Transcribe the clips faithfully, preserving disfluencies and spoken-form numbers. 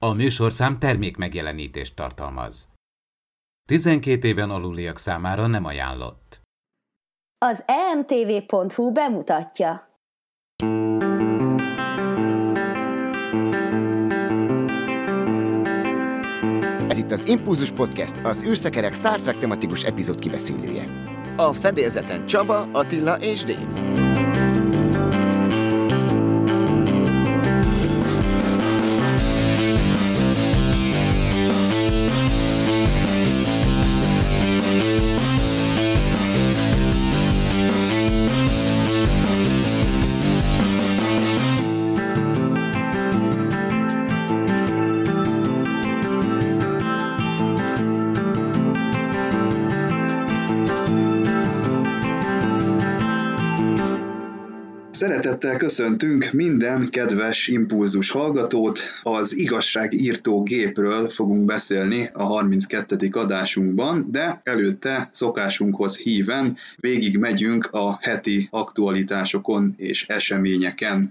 A műsorszám termékmegjelenítést tartalmaz. tizenkét éven aluliak számára nem ajánlott. Az e em té vé pont hú bemutatja. Ez itt az Impulzus Podcast, az űrszekerek Star Trek tematikus epizód kibeszélője. A fedélzeten Csaba, Attila és Dave. Szeretettel köszöntünk minden kedves impulzus hallgatót, az igazságírtó gépről fogunk beszélni a harminckettedik adásunkban, de előtte szokásunkhoz híven végig megyünk a heti aktualitásokon és eseményeken.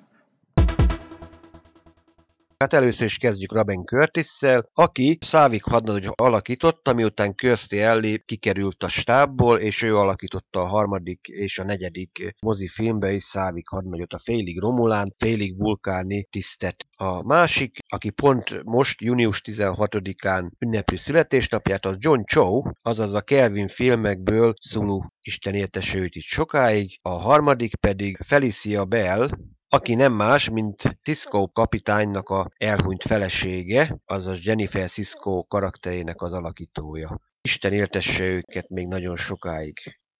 Hát először is kezdjük Robin Curtisszel, aki Szávik hadnagy alakította, miután Kirstie Alley kikerült a stábból, és ő alakította a harmadik és a negyedik mozifilmbe is Szávik hadnagyot, a félig Romulán, félig vulkáni tisztet. A másik, aki pont most, június tizenhatodikán ünnepli születésnapját, az John Cho, azaz a Kelvin filmekből Sulu, Isten értesse őt itt sokáig, a harmadik pedig Felicia Bell, aki nem más, mint Sisko kapitánynak a elhunyt felesége, azaz Jennifer Sisko karakterének az alakítója. Isten éltesse őket még nagyon sokáig.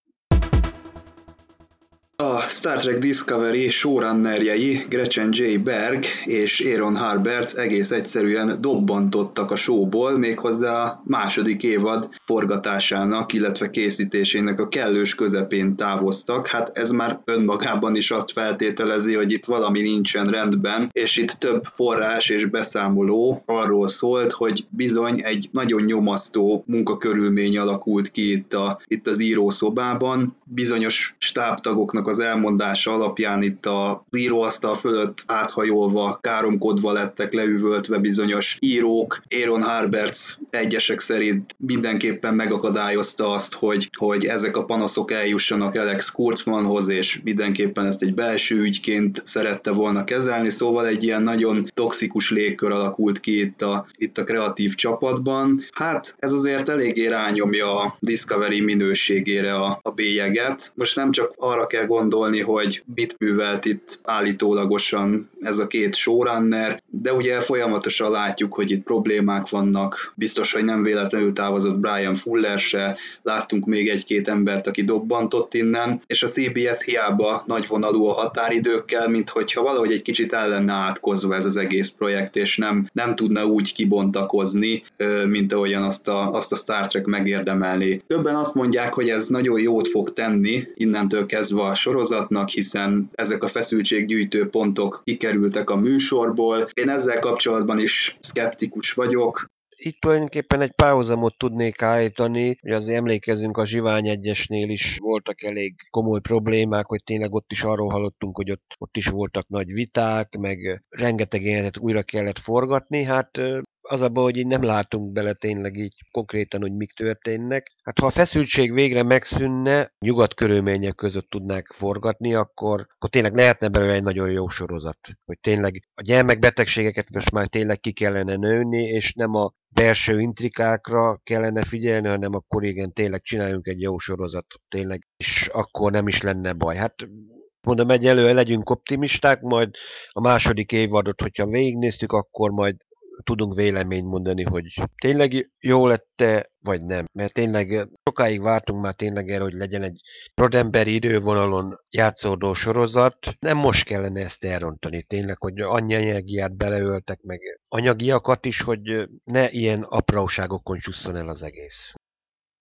A Star Trek Discovery showrunnerjei Gretchen J. Berg és Aaron Harbert egész egyszerűen dobbantottak a showból, méghozzá a második évad forgatásának, illetve készítésének a kellős közepén távoztak. Hát ez már önmagában is azt feltételezi, hogy itt valami nincsen rendben, és itt több forrás és beszámoló arról szólt, hogy bizony egy nagyon nyomasztó munkakörülmény alakult ki itt, a, itt az írószobában. Bizonyos stábtagoknak az elmondása alapján itt az íróasztal fölött áthajolva, káromkodva lettek leüvöltve bizonyos írók. Aaron Harbert egyesek szerint mindenképpen megakadályozta azt, hogy, hogy ezek a panaszok eljussanak Alex Kurtzmanhoz, és mindenképpen ezt egy belső ügyként szerette volna kezelni, szóval egy ilyen nagyon toxikus légkör alakult ki itt a, itt a kreatív csapatban. Hát ez azért eléggé rányomja a Discovery minőségére a, a bélyeget. Most nem csak arra kell gondolni, hogy mit művelt itt állítólagosan ez a két showrunner, de ugye folyamatosan látjuk, hogy itt problémák vannak. Biztos, hogy nem véletlenül távozott Brian Fuller se, láttunk még egy-két embert, aki dobbantott innen, és a cé bé es hiába nagyvonalú a határidőkkel, mint hogyha valahogy egy kicsit el lenne átkozva ez az egész projekt, és nem, nem tudna úgy kibontakozni, mint ahogyan azt a, azt a Star Trek megérdemelné. Többen azt mondják, hogy ez nagyon jót fog tenni innentől kezdve a sorozatnak, hiszen ezek a feszültséggyűjtő pontok kikerültek a műsorból. Én ezzel kapcsolatban is szkeptikus vagyok. Itt tulajdonképpen egy párhuzamot tudnék állítani, hogy azért emlékezünk, a Zsivány egyesnél is voltak elég komoly problémák, hogy tényleg ott is arról hallottunk, hogy ott, ott is voltak nagy viták, meg rengeteg életet újra kellett forgatni, hát az a baj, hogy így nem látunk bele tényleg így konkrétan, hogy mik történnek. Hát ha a feszültség végre megszűnne, nyugat körülmények között tudnák forgatni, akkor, akkor tényleg lehetne belőle egy nagyon jó sorozat. Hogy tényleg a gyermekbetegségeket most már tényleg ki kellene nőni, és nem a belső intrikákra kellene figyelni, hanem akkor igen, tényleg csináljunk egy jó sorozatot, tényleg, és akkor nem is lenne baj. Hát mondom, egyelőre legyünk optimisták, majd a második évadot, hogyha végignéztük, akkor majd tudunk véleményt mondani, hogy tényleg jó lett-e, vagy nem. Mert tényleg sokáig vártunk már tényleg erre, hogy legyen egy rodemberi idővonalon játszódó sorozat. Nem most kellene ezt elrontani tényleg, hogy annyi energiát beleöltek meg anyagiakat is, hogy ne ilyen apróságokon csusszon el az egész.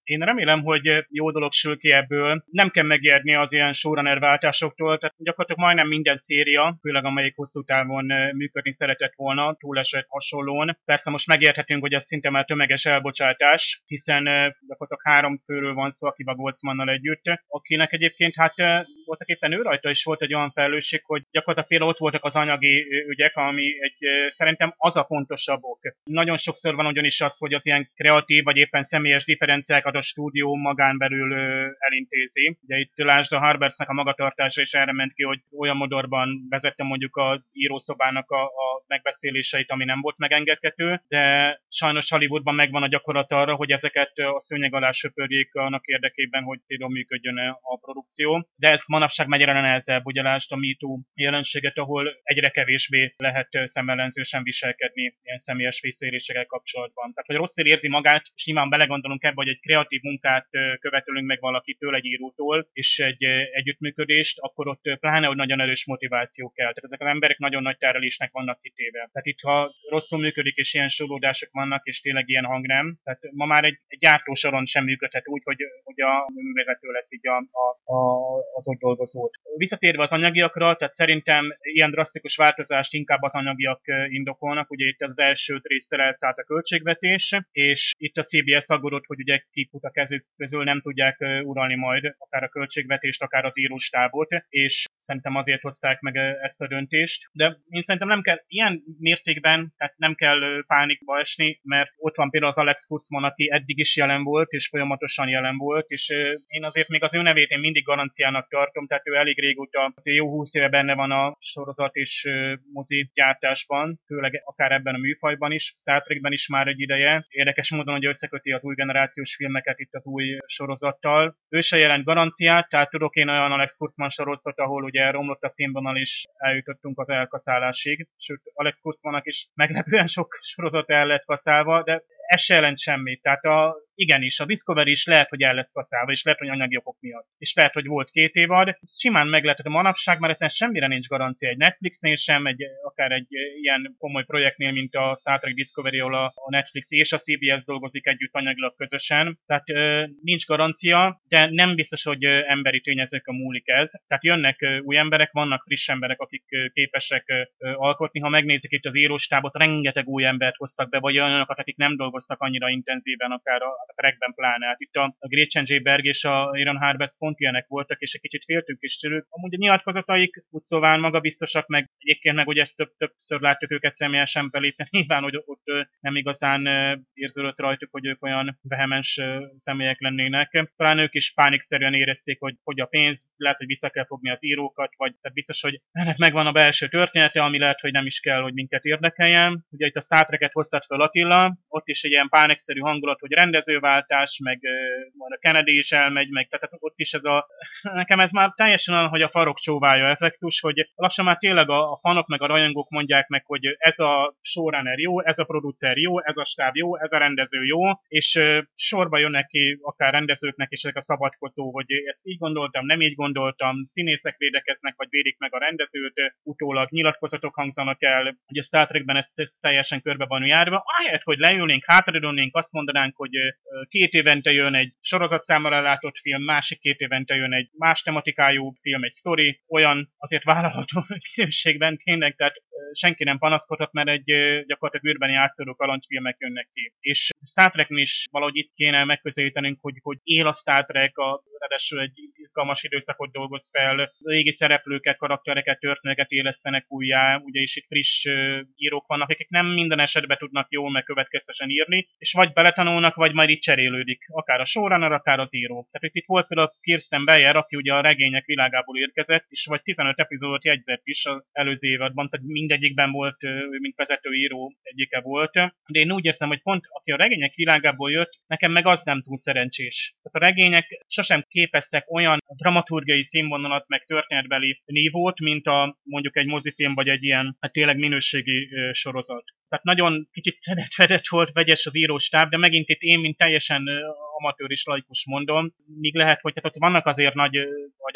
Én remélem, hogy jó dolog sül ki ebből. Nem kell megijedni az ilyen showrunner váltásoktól, tehát gyakorlatilag majdnem minden széria, főleg amelyik hosszú távon működni szeretett volna, túlesett hasonlóan. Persze most megérthetünk, hogy ez szinte már tömeges elbocsátás, hiszen gyakorlatilag három főről van szó, Akiva Goldsmannal együtt, akinek egyébként hát voltak éppen ő rajta is volt egy olyan felelősség, hogy gyakorlatilag például ott voltak az anyagi ügyek, ami egy, szerintem az a fontosabb ok. Nagyon sokszor van ugyanis az, hogy az ilyen kreatív vagy éppen személyes differenciákat a stúdió magán belül elintézi. Ugye itt lásd, a Harbertsnek a magatartása is erre ment ki, hogy olyan modorban vezette mondjuk az írószobának a, a megbeszéléseit, ami nem volt megengedhető, de sajnos Hollywoodban megvan a gyakorlat arra, hogy ezeket a szőnyeg alá söpörjék annak érdekében, hogy tényleg működjön a produkció. De ez manapság megy egyre nehezebb, ugye lásd a MeToo jelenséget, ahol egyre kevésbé lehet szemellenzősen viselkedni ilyen személyes visszaélésekkel kapcsolatban. Tehát, hogy rosszul érzi magát, és nyilván belegondolunk ebbe, hogy egy kreatív munkát követelünk meg valakitől, egy írótól, és egy együttműködést, akkor ott pláne, hogy nagyon erős motiváció kell. Tehát ezek az emberek nagyon nagy terhelésnek vannak kitéve. Tehát itt, ha rosszul működik, és ilyen sorolódások vannak, és tényleg ilyen hang nem, tehát ma már egy, egy gyártósoron sem működhet úgy, hogy, hogy a művezető lesz így a, a, a, az ott dolgozót. Visszatérve az anyagiakra, tehát szerintem ilyen drasztikus változást inkább az anyagiak indokolnak. Ugye itt az első résszel elszállt a költségvetés, és itt a cé bé es aggódott, hogy ugye kiput a kezük közül, nem tudják uralni majd akár a költségvetést, akár az íróstábot, és szerintem azért hozták meg ezt a döntést. De én szerintem nem kell ilyen mértékben, tehát nem kell pánikba esni, mert ott van például az Alex Kurtzman, aki eddig is jelen volt, és folyamatosan jelen volt, és én azért még az ő nevét én mindig garanciának tartom, tehát ő elég régóta, azért jó húsz éve benne van a sorozat és mozi gyártásban, főleg akár ebben a műfajban is, Star Trekben is már egy ideje. Érdekes módon, hogy összeköti az új generációs filmeket itt az új sorozattal. Ő se jelent garanciát, tehát tudok én olyan Alex Kurtzman sorozatot, ahol ugye romlott a színvonal, és eljutottunk az elkaszálásig. Sőt, Alex Kurtzmannak is meglepően sok sorozat el lett kaszálva, de ez se jelent semmit. Tehát a, igenis, a Discovery is lehet, hogy el lesz kaszálva, és lehet, hogy anyagi okok miatt. És lehet, hogy volt két évad. Simán meg lehet, hogy a manapság már egyszerűen semmire nincs garancia egy Netflixnél sem, egy, akár egy ilyen komoly projektnél, mint a Star Trek Discovery, ahol a Netflix és a cé bé es dolgozik együtt anyagilag közösen. Tehát ö, nincs garancia, de nem biztos, hogy ö, emberi tényezőkön múlik ez. Tehát jönnek ö, új emberek, vannak friss emberek, akik ö, képesek ö, alkotni. Ha megnézik itt az íróstábot, rengeteg új embert hoztak be, vagy olyanokat, akik nem dolgoztak annyira intenzíven, akár a, a Trekben pláne. Hát itt a, a Gretchen J. Berg és a Aaron Harberts pont ilyenek voltak, és egy kicsit féltünk is tőlük. Amúgy a nyilatkozataik úgy szóval magabiztosak, meg egyébként meg ugye több, többször látjuk őket személyesen belépni. Nyilván, hogy ott nem igazán érződött rajtuk, hogy ők olyan vehemens személyek lennének. Talán ők is pánikszerűen érezték, hogy, hogy a pénz, lehet, hogy vissza kell fogni az írókat, vagy tehát biztos, hogy ennek megvan a belső története, ami lehet, hogy nem is kell, hogy minket érdekeljen. Ugye itt a Star Trek-et hoztat fel Attila, ott is egy ilyen pánikszerű hangulat, hogy rendezőváltás, meg majd a Kennedy is elmegy, meg tehát ott is ez a... Nekem ez már teljesen olyan, hogy a farok csóvája effektus, hogy lassan már tényleg a, a fanok meg a rajongók mondják meg, hogy ez a showrunner jó, ez a producer jó, ez a stáb jó, ez a rendező jó, és uh, sorba jönnek ki akár rendezőknek is ezek a szabadkozó, hogy ezt így gondoltam, nem így gondoltam, színészek védekeznek, vagy védik meg a rendezőt, utólag nyilatkozatok hangzanak el, hogy a Star Trekben ez, ez teljesen körbe van járva, ahelyett, hogy leülnénk, hátradőlnénk, azt mondanánk, hogy uh, két évente jön egy sorozatszámmal ellátott film, másik két évente jön egy más tematikájú film, egy sztori, olyan azért vállalható minőségben tényleg, tehát senki nem panaszkodhat, mert egy gyakorlatilag űrben játszódó kalandfilmek jönnek ki. És Star Treknél is valahogy itt kéne megközelítenünk, hogy, hogy él a Star Trek, a, ráadásul egy izgalmas időszakot dolgoz fel, régi szereplőket, karaktereket, történeteket élesztenek újjá, ugye is itt friss írók vannak, akik nem minden esetben tudnak jól meg következtesen írni, és vagy beletanulnak, vagy majd itt cserélődik, akár a showrunner, akár az író. Tehát itt volt például Kirsten Beyer, aki ugye a regények világából érkezett, és vagy tizenöt epizódot jegyzett is az előző évadban, tehát mindegyikben volt, mint vezetőíró egyike volt. De én úgy érzem, hogy pont aki a regények világából jött, nekem meg az nem túl szerencsés. Tehát a regények sosem képeztek olyan dramaturgiai színvonalat, meg történetbeli nívót, mint a mondjuk egy mozifilm, vagy egy ilyen hát tényleg minőségi sorozat. Tehát nagyon kicsit szedett-vedett volt, vegyes az íróstáb, de megint itt én, mint teljesen amatőr és laikus mondom, míg lehet, hogy tehát ott vannak azért nagy agyak,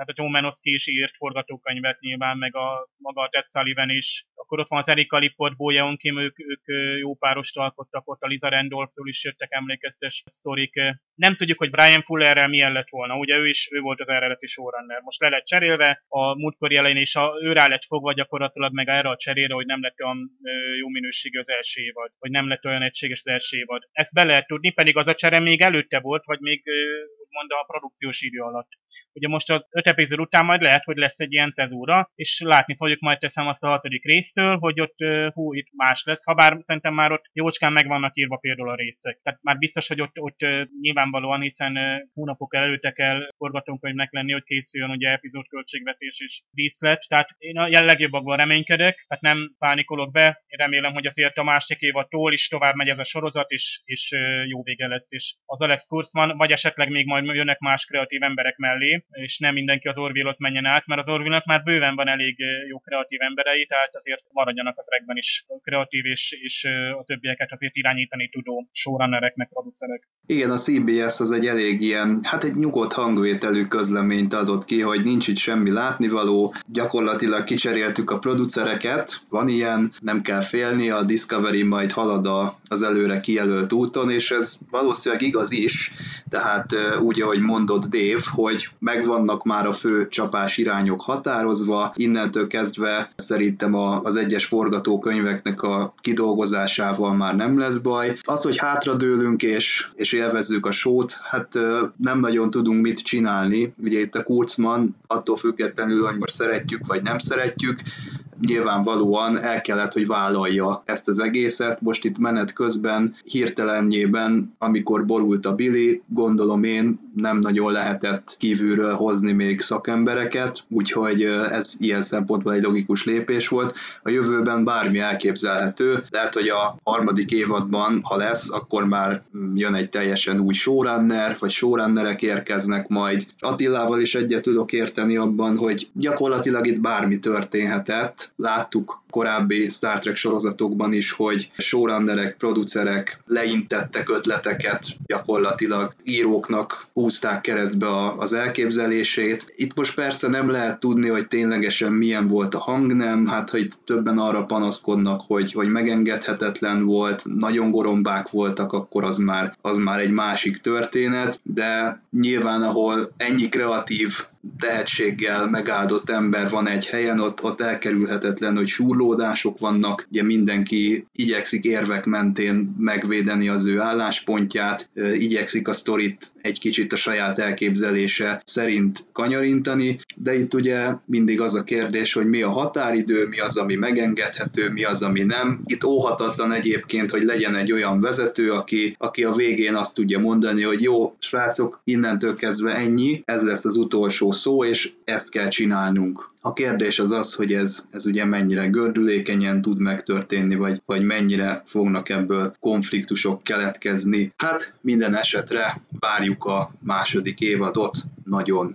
hát a John Menoski is írt forgatókönyvet nyilván, meg a maga a Ted Sullivan is. Akkor ott van az Erika Lippert, Bo Yeon Kim, ők, ők jó párost alkottak, ott a Lisa Randolph-tól is jöttek emlékeztes sztorik. Nem tudjuk, hogy Brian Fullerrel milyen lett volna, ugye ő is ő volt az eredeti showrunner. Most le lett cserélve, a múltkori elején is a, ő rá lett fogva gyakorlatilag meg erre a cserére, hogy nem lett olyan jó minőségű az első évad, hogy nem lett olyan egységes az első évad. Ezt be lehet tudni, pedig az a csere még előtte volt, vagy még úgymond a produkciós idő alatt. Ugye most az öt epizód után majd lehet, hogy lesz egy ilyen cezúra, és látni fogjuk majd teszem azt a hatodik résztől, hogy ott hú, itt más lesz, ha bár szerintem már ott jócskán meg vannak írva például a részek. Tehát már biztos, hogy ott, ott nyilvánvalóan, hiszen hónapok előtte kell forgatókönyvnek lenni, hogy készüljön ugye epizód költségvetés és díszlet. Tehát én a legjobbakban reménykedek, tehát nem pánikolok be. Én remélem, hogy azért a másik évattól is tovább megy ez a sorozat, és, és jó vége lesz. És az Alex Kurtzman, vagy esetleg még majd jönnek más kreatív emberek mellé, és nem mindenki az Orville-hoz menjen át, mert az Orville-nak már bőven van elég jó kreatív emberei, tehát azért maradjanak a trackben is kreatív, és, és a többieket azért irányítani tudó showrunnerek, meg producerek. Igen, a cé bé es az egy elég ilyen, hát egy nyugodt hangvételű közleményt adott ki, hogy nincs itt semmi látnivaló, gyakorlatilag kicseréltük a producereket, van ilyen, nem kell félni, a Discovery majd halad a, az előre kijelölt úton, és ez valószínűleg igaz is, tehát úgy, ahogy mondott Dave, hogy megvannak már a fő csapás irányok határozva, innentől kezdve szerintem a, az egyes forgatókönyveknek a kidolgozásával már nem lesz baj. Az, hogy hátradőlünk és, és élvezzük a sót, hát nem nagyon tudunk mit csinálni. Ugye itt a Kurtzman attól függetlenül, hogy most szeretjük vagy nem szeretjük, nyilvánvalóan el kellett, hogy vállalja ezt az egészet. Most itt menet közben hirtelenjében, amikor borult a Billy, gondolom én, nem nagyon lehetett kívülről hozni még szakembereket, úgyhogy ez ilyen szempontból egy logikus lépés volt. A jövőben bármi elképzelhető, lehet, hogy a harmadik évadban, ha lesz, akkor már jön egy teljesen új showrunner, vagy showrunnerek érkeznek majd. Attilával is egyet tudok érteni abban, hogy gyakorlatilag itt bármi történhetett. Láttuk korábbi Star Trek sorozatokban is, hogy showrunnerek, producerek leintettek ötleteket, gyakorlatilag íróknak húzták keresztbe az elképzelését. Itt most persze nem lehet tudni, hogy ténylegesen milyen volt a hangnem, hát hogy többen arra panaszkodnak, hogy, hogy megengedhetetlen volt, nagyon gorombák voltak, akkor az már, az már egy másik történet, de nyilván ahol ennyi kreatív tehetséggel megáldott ember van egy helyen, ott, ott elkerülhetetlen, hogy súrlódások vannak, ugye mindenki igyekszik érvek mentén megvédeni az ő álláspontját, igyekszik a sztorit egy kicsit a saját elképzelése szerint kanyarintani, de itt ugye mindig az a kérdés, hogy mi a határidő, mi az, ami megengedhető, mi az, ami nem. Itt óhatatlan egyébként, hogy legyen egy olyan vezető, aki, aki a végén azt tudja mondani, hogy jó, srácok, innentől kezdve ennyi, ez lesz az utolsó szó, és ezt kell csinálnunk. A kérdés az az, hogy ez, ez ugye mennyire gördülékenyen tud megtörténni, vagy, vagy mennyire fognak ebből konfliktusok keletkezni. Hát minden esetre várjuk a második évadot nagyon.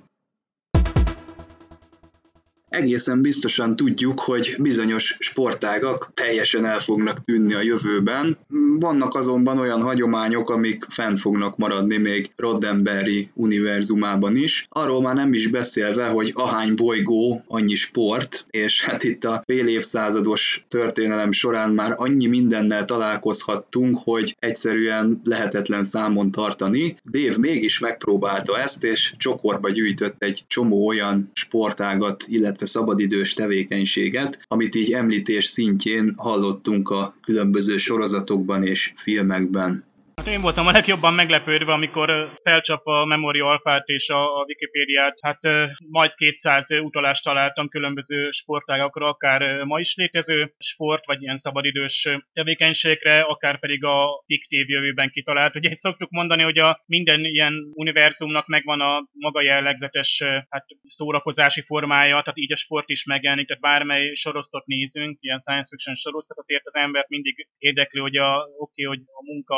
Egészen biztosan tudjuk, hogy bizonyos sportágak teljesen el fognak tűnni a jövőben. Vannak azonban olyan hagyományok, amik fenn fognak maradni még Roddenberry univerzumában is. Arról már nem is beszélve, hogy ahány bolygó, annyi sport, és hát itt a fél évszázados történelem során már annyi mindennel találkozhattunk, hogy egyszerűen lehetetlen számon tartani. Dave mégis megpróbálta ezt, és csokorba gyűjtött egy csomó olyan sportágat, illetve szabadidős tevékenységet, amit így említés szintjén hallottunk a különböző sorozatokban és filmekben. Hát én voltam a legjobban meglepődve, amikor felcsap a Memory Alphát és a, a Wikipédiát. Hát majd kétszáz utalást találtam különböző sportágakra, akár ma is létező sport, vagy ilyen szabadidős tevékenységre, akár pedig a fiktív jövőben kitalált. Ugye itt szoktuk mondani, hogy a minden ilyen univerzumnak megvan a maga jellegzetes hát, szórakozási formája, tehát így a sport is megjelenik, tehát bármely sorozatot nézünk, ilyen science fiction sorozat, azért az embert mindig érdekli, hogy a, oké, okay, hogy a munka ott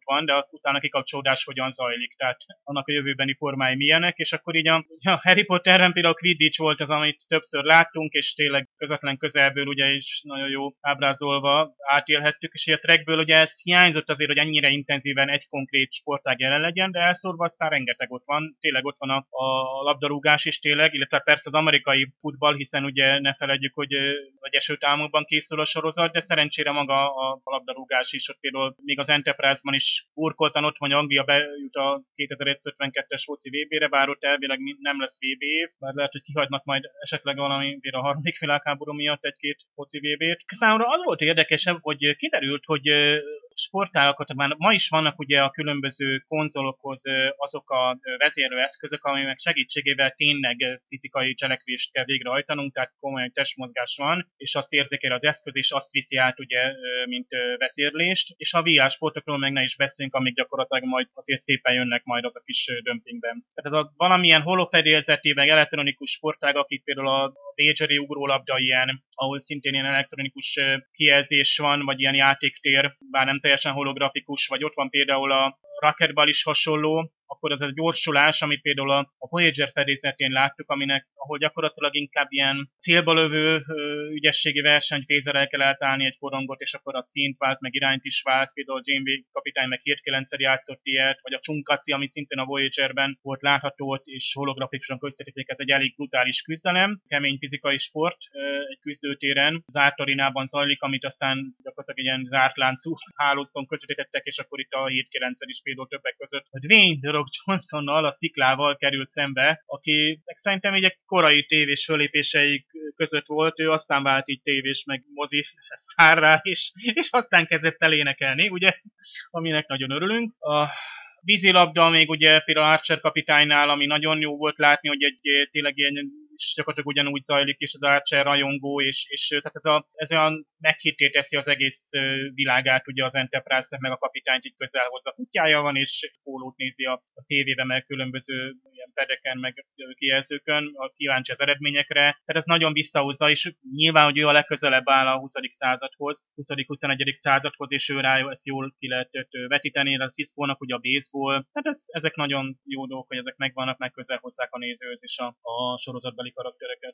van, de utána kikapcsolódás hogyan zajlik, tehát annak a jövőbeni formái milyenek, és akkor így a, a Harry Potterben például a Quidditch volt az, amit többször láttunk, és tényleg közvetlen közelből ugye is nagyon jó ábrázolva átélhettük, és a Trekből ugye ez hiányzott azért, hogy ennyire intenzíven egy konkrét sportág jelen legyen, de elszórva aztán rengeteg ott van, tényleg ott van a, a labdarúgás is tényleg, illetve persze az amerikai futball, hiszen ugye ne feledjük, hogy az Egyesült Államokban készül a sorozat, de szerencsére maga a labdarúgás is, ott például még az Enterprise-ban is burkoltan ott van, Anglia bejut a kétezer-ötvenkettes foci vé bére, bár ott elvileg nem lesz vé bé év, bár lehet, hogy kihagynak majd esetleg valami a harmadik világháború miatt egy-két foci vé bét. Számomra az volt érdekesebb, hogy kiderült, hogy sportágakat már ma is vannak ugye a különböző konzolokhoz azok a vezérlőeszközök, amelyek segítségével tényleg fizikai cselekvést kell végrehajtanunk, tehát komoly testmozgás van, és azt érzékel az eszköz, és azt viszi át ugye, mint vezérlést, és a vé er sportokról meg ne is beszélünk, amik gyakorlatilag majd azért szépen jönnek majd azok is dömpingben. Tehát az a valamilyen holofedélzeti, meg elektronikus sportágak, itt például a Rageri ugrólabda ilyen, ahol szintén ilyen elektronikus kijelzés van, vagy ilyen játéktér, bár nem teljesen holografikus, vagy ott van például a racquetball is hasonló, akkor az a gyorsulás, amit például a Voyager fedélzetén láttuk, aminek, ahol gyakorlatilag inkább ilyen célba lövő ügyességi verseny, fézerrel kell átállni egy korongot, és akkor a színt vált, meg irányt is vált, például Janeway kapitány meg Hirtkelendszer játszott ilyet, vagy a Csunkaci, amit szintén a Voyagerben volt látható, és holografikusan közvetítik, ez egy elég brutális küzdelem, kemény fizikai sport egy küzdőtéren, zárt arénában zajlik, amit aztán gyakorlatilag egy ilyen zárt láncú hálózaton közvetítettek, és akkor itt a Hirtkelendszer is például többek között, hogy Dwayne Johnsonnal, a sziklával került szembe, aki szerintem egy korai tévés fölépései között volt, ő aztán vált így tévés meg mozi sztárrá, és, és aztán kezdett el énekelni, ugye, aminek nagyon örülünk. A vízilabda még ugye például Archer kapitánynál, ami nagyon jó volt látni, hogy egy tényleg ilyen és gyakorlatilag ugyanúgy zajlik, és az Archer rajongó, és, és tehát ez, a, ez olyan meghitté teszi az egész világát, ugye az Enterprise-nek, meg a kapitányt így közel hozza. Kutyája van, és pólót nézi a, a tévében, meg különböző ilyen pedeken, meg kijelzőkön, a kíváncsi az eredményekre. Tehát ez nagyon visszahozza, és nyilván, hogy ő a legközelebb áll a huszadik századhoz, huszadik-huszonegyedik századhoz, és ő rá ezt jól ki lehetett vetíteni, a Cisco-nak ugye a baseball. Tehát ez, ezek nagyon jó dolgok, hogy ezek megvannak, meg közel hozzák a nézőhöz is a, a sorozatbeli karaktereket.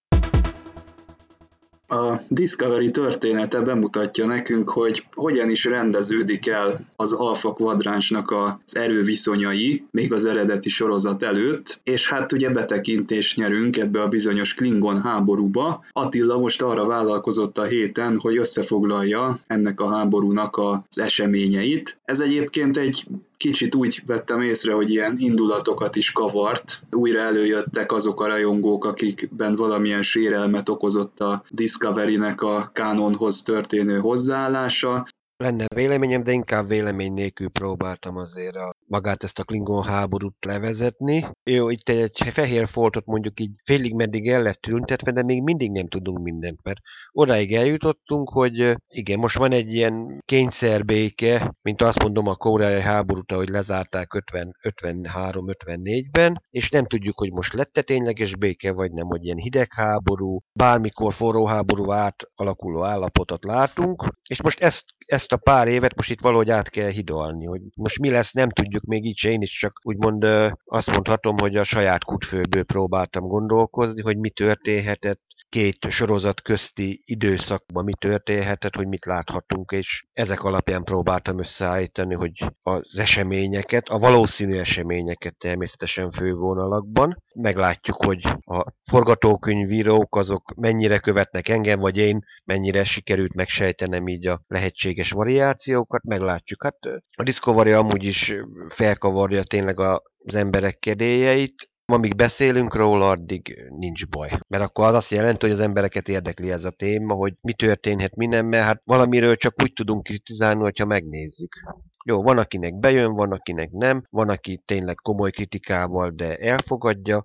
A Discovery története bemutatja nekünk, hogy hogyan is rendeződik el az alfa kvadránsnak az erőviszonyai, még az eredeti sorozat előtt, és hát ugye betekintést nyerünk ebbe a bizonyos Klingon háborúba. Attila most arra vállalkozott a héten, hogy összefoglalja ennek a háborúnak az eseményeit. Ez egyébként egy kicsit úgy vettem észre, hogy ilyen indulatokat is kavart. Újra előjöttek azok a rajongók, akikben valamilyen sérelmet okozott a Discovery-nek a kánonhoz történő hozzáállása. Lenne véleményem, de inkább vélemény nélkül próbáltam azért a, magát ezt a Klingon háborút levezetni. Jó, itt egy fehér foltot mondjuk így félig meddig el lett tüntetve, de még mindig nem tudunk mindent, mert odáig eljutottunk, hogy igen, most van egy ilyen kényszerbéke, mint azt mondom a koreai háborút, ahogy lezárták ötven, ötvenhárom ötvennégyben, és nem tudjuk, hogy most lett-e tényleges béke, vagy nem, hogy ilyen hidegháború, bármikor forró háború átalakuló állapotot látunk, és most ezt, ezt a pár évet most itt valahogy át kell hidalni, hogy most mi lesz, nem tudjuk még így se, én is csak úgymond azt mondhatom, hogy a saját kutfőből próbáltam gondolkozni, hogy mi történhetett két sorozat közti időszakban, mi történhetett, hogy mit láthatunk, és ezek alapján próbáltam összeállítani, hogy az eseményeket, a valószínű eseményeket természetesen fővonalakban, meglátjuk, hogy a forgatókönyvírók azok mennyire követnek engem, vagy én mennyire sikerült megsejtenem így a lehetséges variációkat, meglátjuk. Hát a Discovery amúgy is felkavarja tényleg az emberek kedélyeit, amíg beszélünk róla, addig nincs baj. Mert akkor az azt jelenti, hogy az embereket érdekli ez a téma, hogy mi történhet, mi nem, mert hát valamiről csak úgy tudunk kritizálni, hogyha megnézzük. Jó, van akinek bejön, van akinek nem, van aki tényleg komoly kritikával, de elfogadja.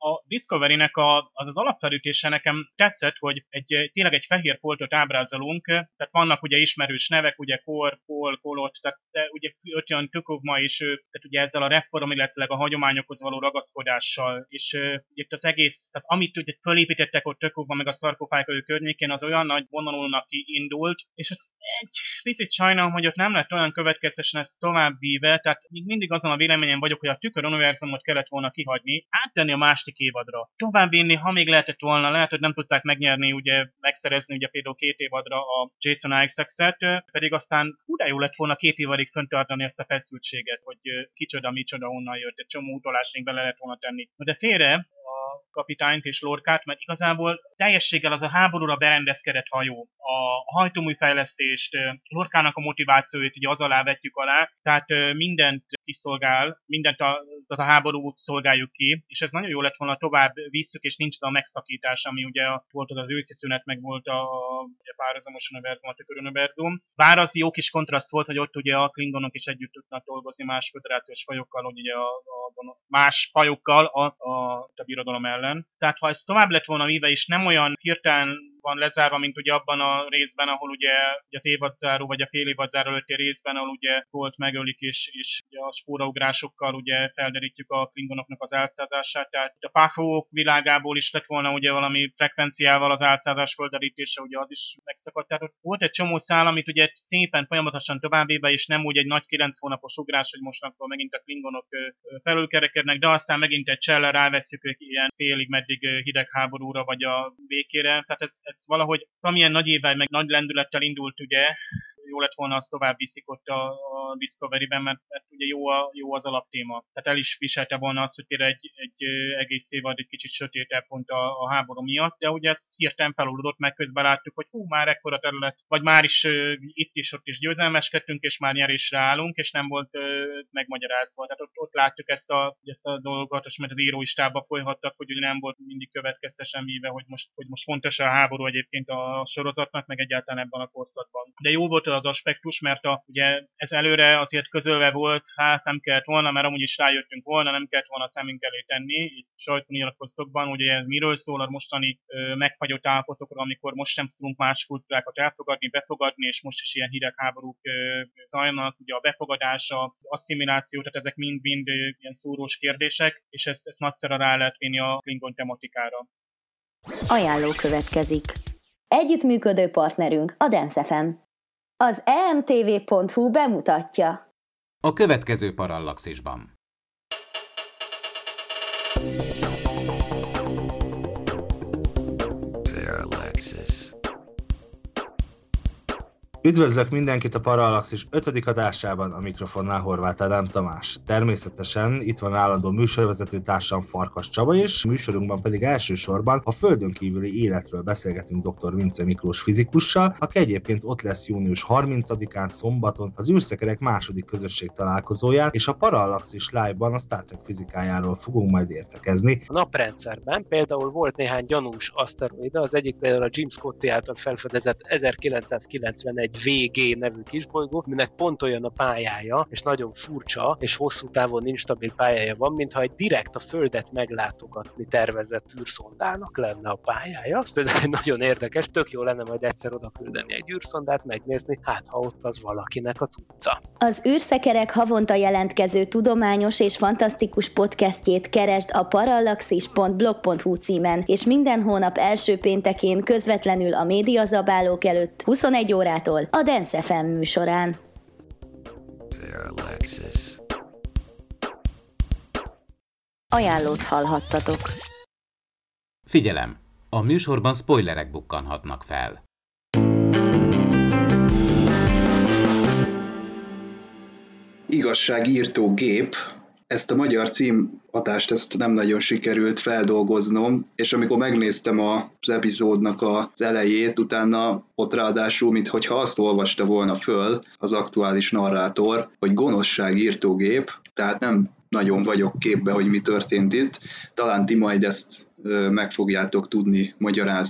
a Discovery-nek a, az az alapfelütése nekem tetszett, hogy egy, tényleg egy fehér foltot ábrázolunk, tehát vannak ugye ismerős nevek, ugye Kor, Kol, Kolot, tehát ugye ott jön Tökogma is, tehát ugye ezzel a reform, illetve a hagyományokhoz való ragaszkodással, és uh, itt az egész, tehát amit ugye fölépítettek ott Tökogma meg a szarkofágok környékén, az olyan nagy vonalúnak indult, és ott egy picit sajnálom, hogy ott nem lett olyan következtesen ez tovább víve, tehát még mindig azon a véleményen vagyok, hogy a Tükör univerzumot kellett volna kihagyni, áttenni a második évadra. Továbbvinni, ha még lehetett volna, lehet, hogy nem tudták megnyerni, ugye megszerezni ugye például két évadra a Jason Isaacs-et, pedig aztán hú de jó lett volna két évadig fenntartani ezt a feszültséget, hogy kicsoda, micsoda, honnan jött, egy csomó utalást még bele lehet volna tenni. De félre a kapitányt és Lorcát, mert igazából teljességgel az a háborúra berendezkedett hajó. A hajtóműfejlesztést, Lorcának a motivációit ugye az alá vetjük alá, tehát mindent kiszolgál, mindent a, a háborút szolgáljuk ki, és ez nagyon jó lett volna, tovább visszük, és nincs a megszakítás, ami ugye volt az őszi szünet, meg volt a, a párhuzamos univerzum, a Tükör univerzum. Bár az jó kis kontraszt volt, hogy ott ugye a klingonok is együtt tudnak dolgozni más föderációs fajokkal, hogy ugye a, a más fajokkal a, a, a birodalom ellen. Tehát ha ez tovább lett volna víve, és nem olyan hirtelen van lezárva, mint ugye abban a részben, ahol ugye, ugye az évadzáró, vagy a fél évadzáró előtti részben, ahol ugye volt megölik, és, és ugye a spóraugrásokkal ugye felderítjük a klingonoknak az álcázását. Tehát a páfók világából is lett volna ugye valami frekvenciával az álcázás földerítése, ugye az is megszakadt. Tehát ott volt egy csomó szál, amit ugye szépen folyamatosan továbbéve, és nem úgy egy nagy kilenc hónapos ugrás, hogy mostantól megint a klingonok felülkerekednek, de aztán megint egy csellel ráveszünk ők ilyen félig meddig hidegháborúra, vagy a békére. Tehát ez, ez valahogy amilyen nagy évvel, meg nagy lendülettel indult, ugye, jó lett volna, azt tovább viszik ott a, a Discovery-ben, mert, mert ugye jó, a, jó az alaptéma. Tehát el is viselte volna azt, hogy például egy, egy egész évad egy kicsit sötétebb pont a, a háború miatt, de ugye ez hirtelen feloldódott, meg közben láttuk, hogy hú, már ekkora terület, vagy már is uh, itt is, ott is győzelmeskedtünk, és már nyerésre állunk, és nem volt uh, megmagyarázva. Tehát ott, ott láttuk ezt a, ezt a dolgot, és mert az írói stábba folyhattak, hogy ugye nem volt mindig következtesen víve, hogy most, hogy most fontos a háború egyébként a sorozatnak, meg egyáltalán ebben a korszakban. De jó volt az aspektus, mert a, ugye ez előre azért közölve volt, hát nem kellett volna, mert amúgy is rájöttünk volna, nem kellett volna a szemünk elé tenni, itt sajtónyilatkozatokban, ugye ez miről szól a mostani ö, megfagyott állapotokra, amikor most nem tudunk más kultúrákat elfogadni, befogadni, és most is ilyen hidegháborúk ö, zajlanak, ugye a befogadás, az asszimiláció, tehát ezek mind-mind ilyen szórós kérdések, és ezt, ezt nagyszerűen rá lehet vinni a Klingon tematikára. Ajánló következik. Együttműködő partnerünk a Dance ef em. Az e em té vé pont hú bemutatja. A következő Parallaxisban. Üdvözlök mindenkit a Parallaxis ötödik adásában, a mikrofonnál Horváth Ádám Tamás. Természetesen itt van állandó műsorvezető társam Farkas Csaba is, műsorunkban pedig elsősorban a földön kívüli életről beszélgetünk dr. Vince Miklós fizikussal, aki egyébként ott lesz június harmincadikán szombaton az űrszekerek második közösség találkozóján, és a Parallaxis Live-ban a Star Trek fizikájáról fogunk majd értekezni. A naprendszerben például volt néhány gyanús aszteroida, az egyik például a Jim Scotty által felfedezett ezerkilencszázkilencvenegy vé gé nevű kisbolygó, aminek pont olyan a pályája, és nagyon furcsa, és hosszú távon instabil pályája van, mintha egy direkt a Földet meglátogatni tervezett űrszondának lenne a pályája. Ez például nagyon érdekes, tök jó lenne majd egyszer oda küldeni egy űrszondát, megnézni, hát ha ott az valakinek a cucca. Az űrszekerek havonta jelentkező tudományos és fantasztikus podcastjét keresd a parallaxis pont blog pont hú címen, és minden hónap első péntekén közvetlenül a médiazabálók előtt huszonegy órától a Dance ef em műsorán. Parallaxis. Ajánlót hallhattatok. Figyelem! A műsorban spoilerek bukkanhatnak fel. Igazságírtó gép. Ezt a magyar címadást ezt nem nagyon sikerült feldolgoznom, és amikor megnéztem az epizódnak az elejét, utána ott ráadásul, minthogyha azt olvasta volna föl az aktuális narrátor, hogy gonoszságírtógép, tehát nem nagyon vagyok képbe, hogy mi történt itt. Talán ti majd ezt meg fogjátok tudni magyarázni.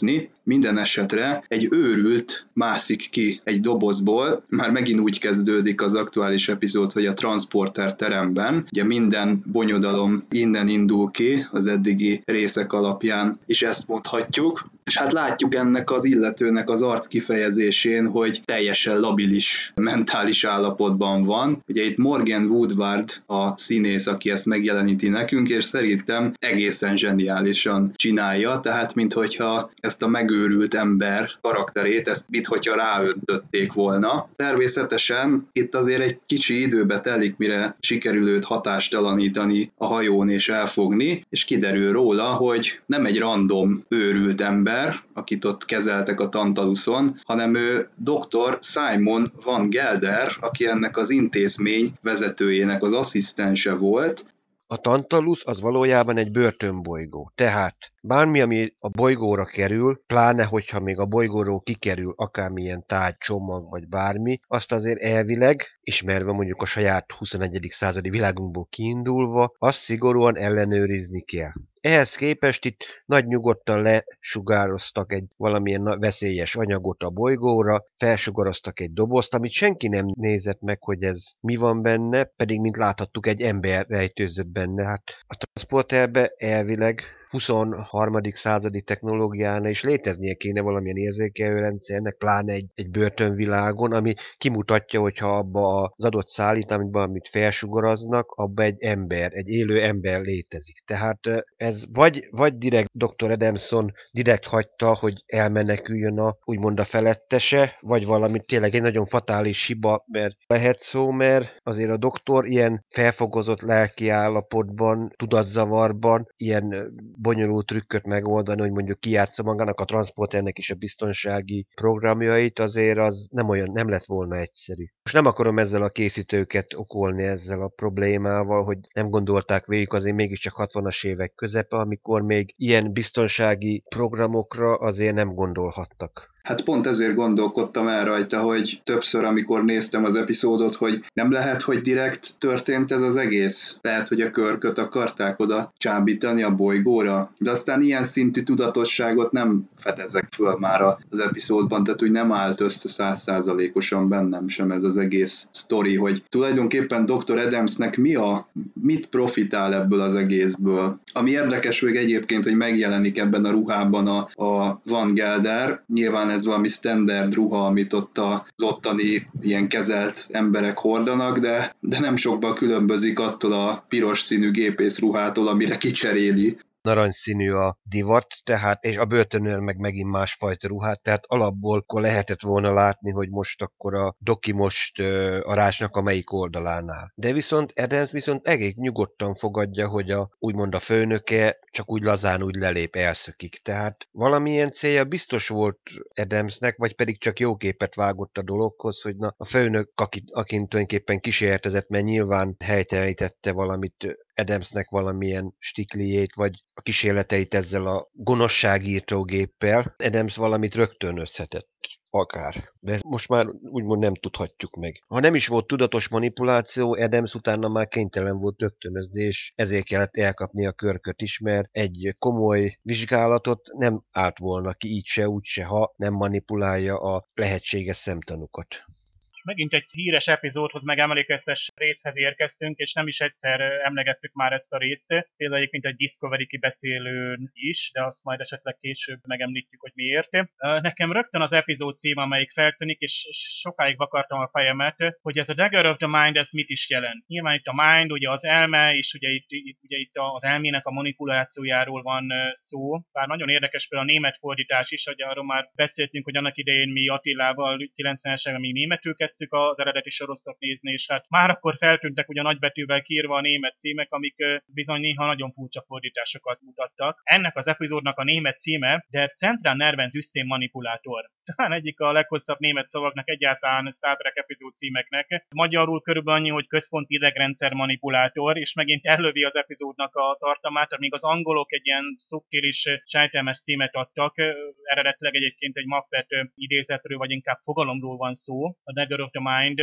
Minden esetre egy őrült mászik ki egy dobozból, már megint úgy kezdődik az aktuális epizód, hogy a transporter teremben, ugye minden bonyodalom innen indul ki az eddigi részek alapján, és ezt mondhatjuk, és hát látjuk ennek az illetőnek az arc kifejezésén, hogy teljesen labilis mentális állapotban van. Ugye itt Morgan Woodward a színész, aki ezt megjeleníti nekünk, és szerintem egészen zseniálisan csinálja, tehát minthogyha ezt a megőrült ember karakterét, ezt minthogyha ráöntötték volna. Természetesen itt azért egy kicsi időbe telik, mire sikerül őt hatástalanítani a hajón és elfogni, és kiderül róla, hogy nem egy random őrült ember, akit ott kezeltek a Tantaluson, hanem ő doktor Simon van Gelder, aki ennek az intézmény vezetőjének az asszisztense volt. A Tantalus az valójában egy börtönbolygó, tehát bármi, ami a bolygóra kerül, pláne hogyha még a bolygóról kikerül akármilyen tárgy, csomag vagy bármi, azt azért elvileg, ismerve mondjuk a saját huszonegyedik századi világunkból kiindulva, azt szigorúan ellenőrizni kell. Ehhez képest itt nagy nyugodtan lesugároztak egy valamilyen veszélyes anyagot a bolygóra, felsugaroztak egy dobozt, amit senki nem nézett meg, hogy ez mi van benne, pedig mint láthattuk, egy ember rejtőzött benne. Hát a transporterbe elvileg huszonharmadik századi technológiánál is léteznie kéne valamilyen érzékelő rendszernek, pláne egy, egy börtönvilágon, ami kimutatja, hogyha abba az adott szállítmányban, amit felsugaraznak, abba egy ember, egy élő ember létezik. Tehát ez vagy, vagy direkt doktor Adamson direkt hagyta, hogy elmeneküljön a, úgymond a felettese, vagy valami tényleg egy nagyon fatális hiba, mert lehet szó, mert azért a doktor ilyen felfogozott lelki állapotban, tudatzavarban, ilyen bonyolult trükköt megoldani, hogy mondjuk kijátsza magának a transporternek is a biztonsági programjait, azért az nem olyan, nem lett volna egyszerű. Most nem akarom ezzel a készítőket okolni ezzel a problémával, hogy nem gondolták végig, azért mégiscsak hatvanas évek közepe, amikor még ilyen biztonsági programokra azért nem gondolhattak. Hát pont ezért gondolkodtam el rajta, hogy többször, amikor néztem az epizódot, hogy nem lehet, hogy direkt történt ez az egész. Lehet, hogy a Kirköt akarták oda csábítani a bolygóra, de aztán ilyen szintű tudatosságot nem fedezek föl már az epizódban, tehát úgy nem állt össze száz százalékosan bennem sem ez az egész sztori, hogy tulajdonképpen doktor Adamsnek mi a, mit profitál ebből az egészből. Ami érdekes még egyébként, hogy megjelenik ebben a ruhában a, a Van Gelder, nyilván ez valami standard ruha, amit ott az ottani ilyen kezelt emberek hordanak, de, de nem sokban különbözik attól a piros színű gépész ruhától, amire kicseréli. Narancsszínű a divat, tehát, és a börtönőr meg megint másfajta ruhát, tehát alapból akkor lehetett volna látni, hogy most akkor a doki most uh, a rácsnak a melyik oldalán áll. De viszont Adams viszont egész nyugodtan fogadja, hogy a, úgymond a főnöke csak úgy lazán úgy lelép, elszökik. Tehát valamilyen célja biztos volt Adamsnek, vagy pedig csak jó képet vágott a dologhoz, hogy na, a főnök, akit, akin tulajdonképpen kísérletezett, mert nyilván helytelenítette valamit Adamsnek valamilyen stikliét, vagy a kísérleteit ezzel a gonoszságírtógéppel, Adams valamit rögtönözhetett. Akár. De most már úgymond nem tudhatjuk meg. Ha nem is volt tudatos manipuláció, Adams utána már kénytelen volt rögtönözni, és ezért kellett elkapni a Kirköt is, mert egy komoly vizsgálatot nem állt volna ki így se, úgy se, ha nem manipulálja a lehetséges szemtanúkat. Megint egy híres epizódhoz, meg emlékeztes részhez érkeztünk, és nem is egyszer emlegettük már ezt a részt. Például egyébként egy Discovery kibeszélőn is, de azt majd esetleg később megemlítjük, hogy miért. Nekem rögtön az epizód cím, amelyik feltűnik, és sokáig vakartam a fejemet, hogy ez a Dagger of the Mind, ez mit is jelent. Nyilván itt a mind, ugye az elme, és ugye itt, itt, ugye itt az elmének a manipulációjáról van szó. Bár nagyon érdekes például a német fordítás is, hogy arról már beszéltünk, hogy annak idején mi Attilával kilencvenes években még németül kezdtük az eredeti sorozatot nézni, és hát már akkor feltűntek ugye nagybetűvel kiírva a német címek, amik bizony néha nagyon furcsa fordításokat mutattak. Ennek az epizódnak a német címe Der Central Nervensystem Manipulátor. Talán egyik a leghosszabb német szavaknak egyáltalán Star Trek epizód címeknek. Magyarul körülbelül annyi, hogy központi idegrendszer manipulátor, és megint ellövi az epizódnak a tartalmát, tehát még az angolok egy ilyen szubtilis, sejtelmes címet adtak. Eredetileg egyébként egy Muppet idézetről, vagy inkább fogalomról van szó. A Dagger of the Mind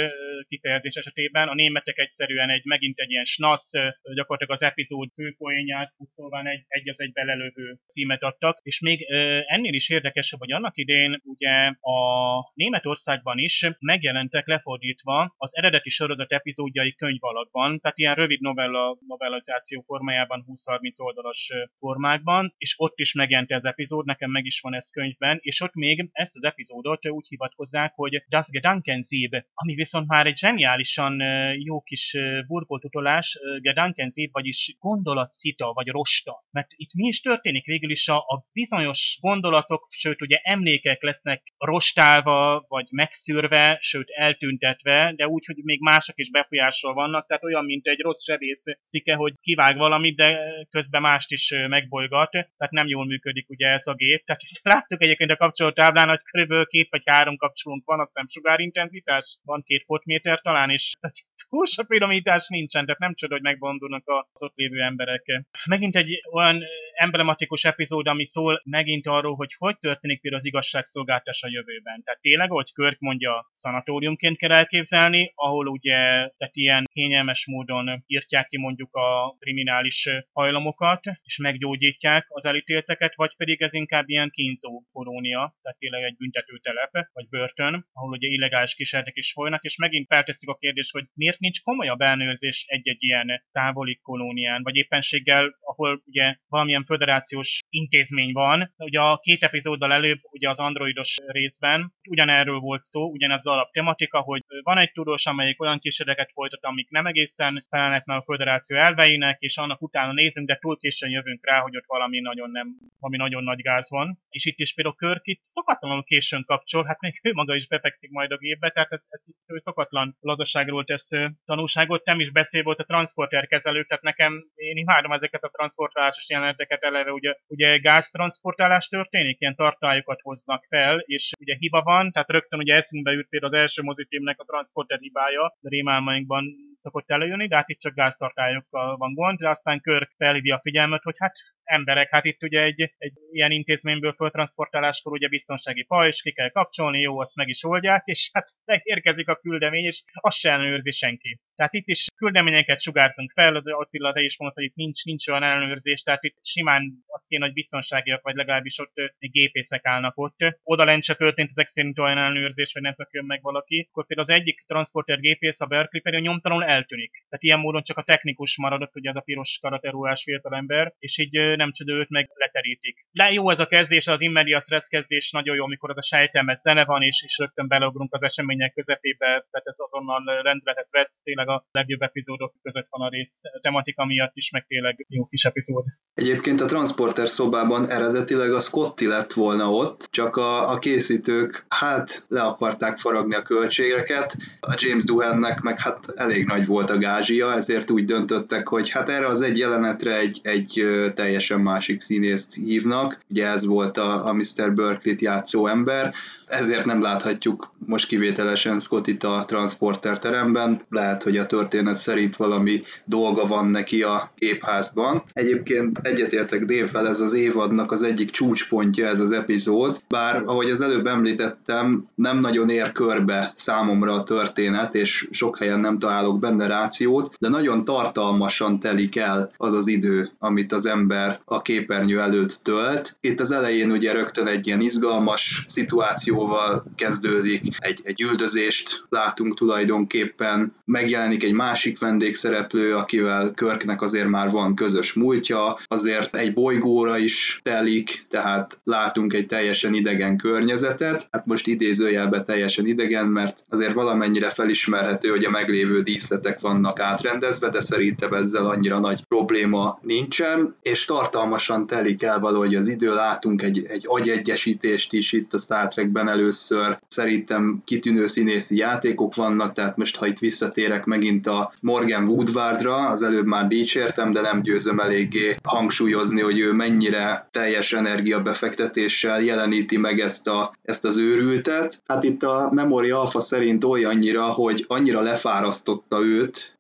kifejezés esetében. A németek egyszerűen egy megint egy ilyen snasz, gyakorlatilag az epizód főpoénját pucolván egy, egy az egy belelövő címet adtak, és még ennél is érdekesebb, hogy annak idén ugye a Németországban is megjelentek lefordítva az eredeti sorozat epizódjai könyv alakban, tehát ilyen rövid novella, novellizáció formájában, húsz-harminc oldalas formákban, és ott is megjelent ez epizód, nekem meg is van ez könyvben, és ott még ezt az epizódot úgy hivatkozzák, hogy Das Gedankensieb, ami viszont már egy zseniálisan jó kis burkoltutolás, Gedankensieb, vagyis gondolatszita, vagy rosta. Mert itt mi is történik? Végül is a, a bizonyos gondolatok, sőt ugye emlékek lesznek rostálva, vagy megszűrve, sőt eltüntetve, de úgy, hogy még mások is befolyással vannak, tehát olyan, mint egy rossz zsebész szike, hogy kivág valamit, de közben mást is megbolygat, tehát nem jól működik ugye ez a gép. Tehát itt láttuk egyébként a kapcsolótáblán, hogy körülbelül két vagy három kapcsolónk van, azt hiszem sugárintenzitás, van két fotméter talán, és túl sok finomítás nincsen, tehát nem csoda, hogy megbondulnak az ott lévő emberek. Megint egy olyan emblematikus epizód, ami szól megint arról, hogy hogy történik például az igazságszolgáltatás a jövőben. Tehát tényleg, ahogy Kirk mondja, szanatóriumként kell elképzelni, ahol ugye tehát ilyen kényelmes módon írtják ki mondjuk a kriminális hajlamokat, és meggyógyítják az elítélteket, vagy pedig ez inkább ilyen kínzó kolónia, tehát tényleg egy büntetőtelep, vagy börtön, ahol ugye illegális kísérletek is folynak, és megint feltesszük a kérdést, hogy miért nincs komolyabb ellenőrzés egy-egy ilyen távoli kolónián, vagy éppenséggel, ahol ugye valamilyen föderációs intézmény van. Ugye a két epizóddal előbb, ugye az androidos részben ugyanerről volt szó, ugyanaz az alaptematika, hogy van egy tudós, amelyik olyan kísérleteket folytat, amik nem egészen felelnek meg a föderáció elveinek, és annak utána nézünk, de túl későn jövünk rá, hogy ott valami nagyon nem, valami nagyon nagy gáz van. És itt is például Kirk itt szokatlanul későn kapcsol, hát még ő maga is befekszik majd a gépbe, tehát ez, ez ő szokatlan lazasságról tesz tanúságot, nem is beszél volt a transporterkezelő, tehát nekem én imádom ezeket a transportálásos jeleneteket eleve, ugye, ugye gáztransportálás történik, ilyen tartályokat hoznak fel, és ugye hiba van, tehát rögtön ugye eszünkbe jut például az első mozifilmnek a transporter hibája, de rémálmainkban szokott előjönni, de hát itt csak gáztartályokkal van gond, de aztán Kirk felhívja a figyelmet, hogy hát emberek, hát itt ugye egy, egy ilyen intézményből föltransportáláskor ugye biztonsági pajzs, ki kell kapcsolni, jó, azt meg is oldják, és hát megérkezik a küldemény, és azt se ellenőrzi senki. Tehát itt is küldeményeket sugárzunk fel, Attila, te is mondod, hogy itt nincs, nincs olyan ellenőrzés, tehát itt simán az kéne, hogy biztonságiak, vagy legalábbis ott gépészek állnak ott. Oda lent se történt ezek szerint olyan ellenőrzés, vagy ne szökjön meg valaki. Akkor például az egyik transporter gépész, a Berkeley pedig nyomtalanul eltűnik. Tehát ilyen módon csak a technikus maradott, ugye az a piros karateruhás fiatalember, és így nem csoda, őt meg leterítik. De jó ez a kezdés, az in medias res kezdés nagyon jó, amikor az a sejtelmes zene van, és, és rögtön beleugrunk az események közepébe, tehát ez azonnal rendületet vesz, tényleg a legjobb epizódok között van a rész. A tematika miatt is, meg tényleg jó kis epizód. Egyébként a transporter szobában eredetileg a Scotty lett volna ott, csak a, a készítők hát le akarták faragni a költségeket, a James Doohannek meg hát elég nagy volt a gázsia, ezért úgy döntöttek, hogy hát erre az egy jelenetre egy, egy teljesen másik színészt hívnak, ugye ez volt a, a miszter Berkeley-t játszó ember, ezért nem láthatjuk most kivételesen Scottit a transporter teremben, lehet, hogy a történet szerint valami dolga van neki a gépházban. Egyébként egyetértek Dave-vel, ez az évadnak az egyik csúcspontja ez az epizód, bár ahogy az előbb említettem, nem nagyon ér körbe számomra a történet, és sok helyen nem találok benne rációt, de nagyon tartalmasan telik el az az idő, amit az ember a képernyő előtt tölt. Itt az elején ugye rögtön egy ilyen izgalmas szituációval kezdődik, egy, egy üldözést látunk tulajdonképpen, megjelenik egy másik vendégszereplő, akivel Kirknek azért már van közös múltja, azért egy bolygóra is telik, tehát látunk egy teljesen idegen környezetet, hát most idézőjelben teljesen idegen, mert azért valamennyire felismerhető, hogy a meglévő díszletek vannak átrendezve, de szerintem ezzel annyira nagy probléma nincsen, és tartalmasan telik el valahogy az idő, látunk egy, egy agyegyesítést is itt a Star Trekben először, szerintem kitűnő színészi játékok vannak, tehát most ha itt visszatérek megint a Morgan Woodwardra, az előbb már dicsértem, de nem győzöm eléggé hangsúlyozni, hogy ő mennyire teljes energiabefektetéssel jeleníti meg ezt, a, ezt az őrültet. Hát itt a Memory Alpha szerint olyannyira, hogy annyira lefárasztotta őt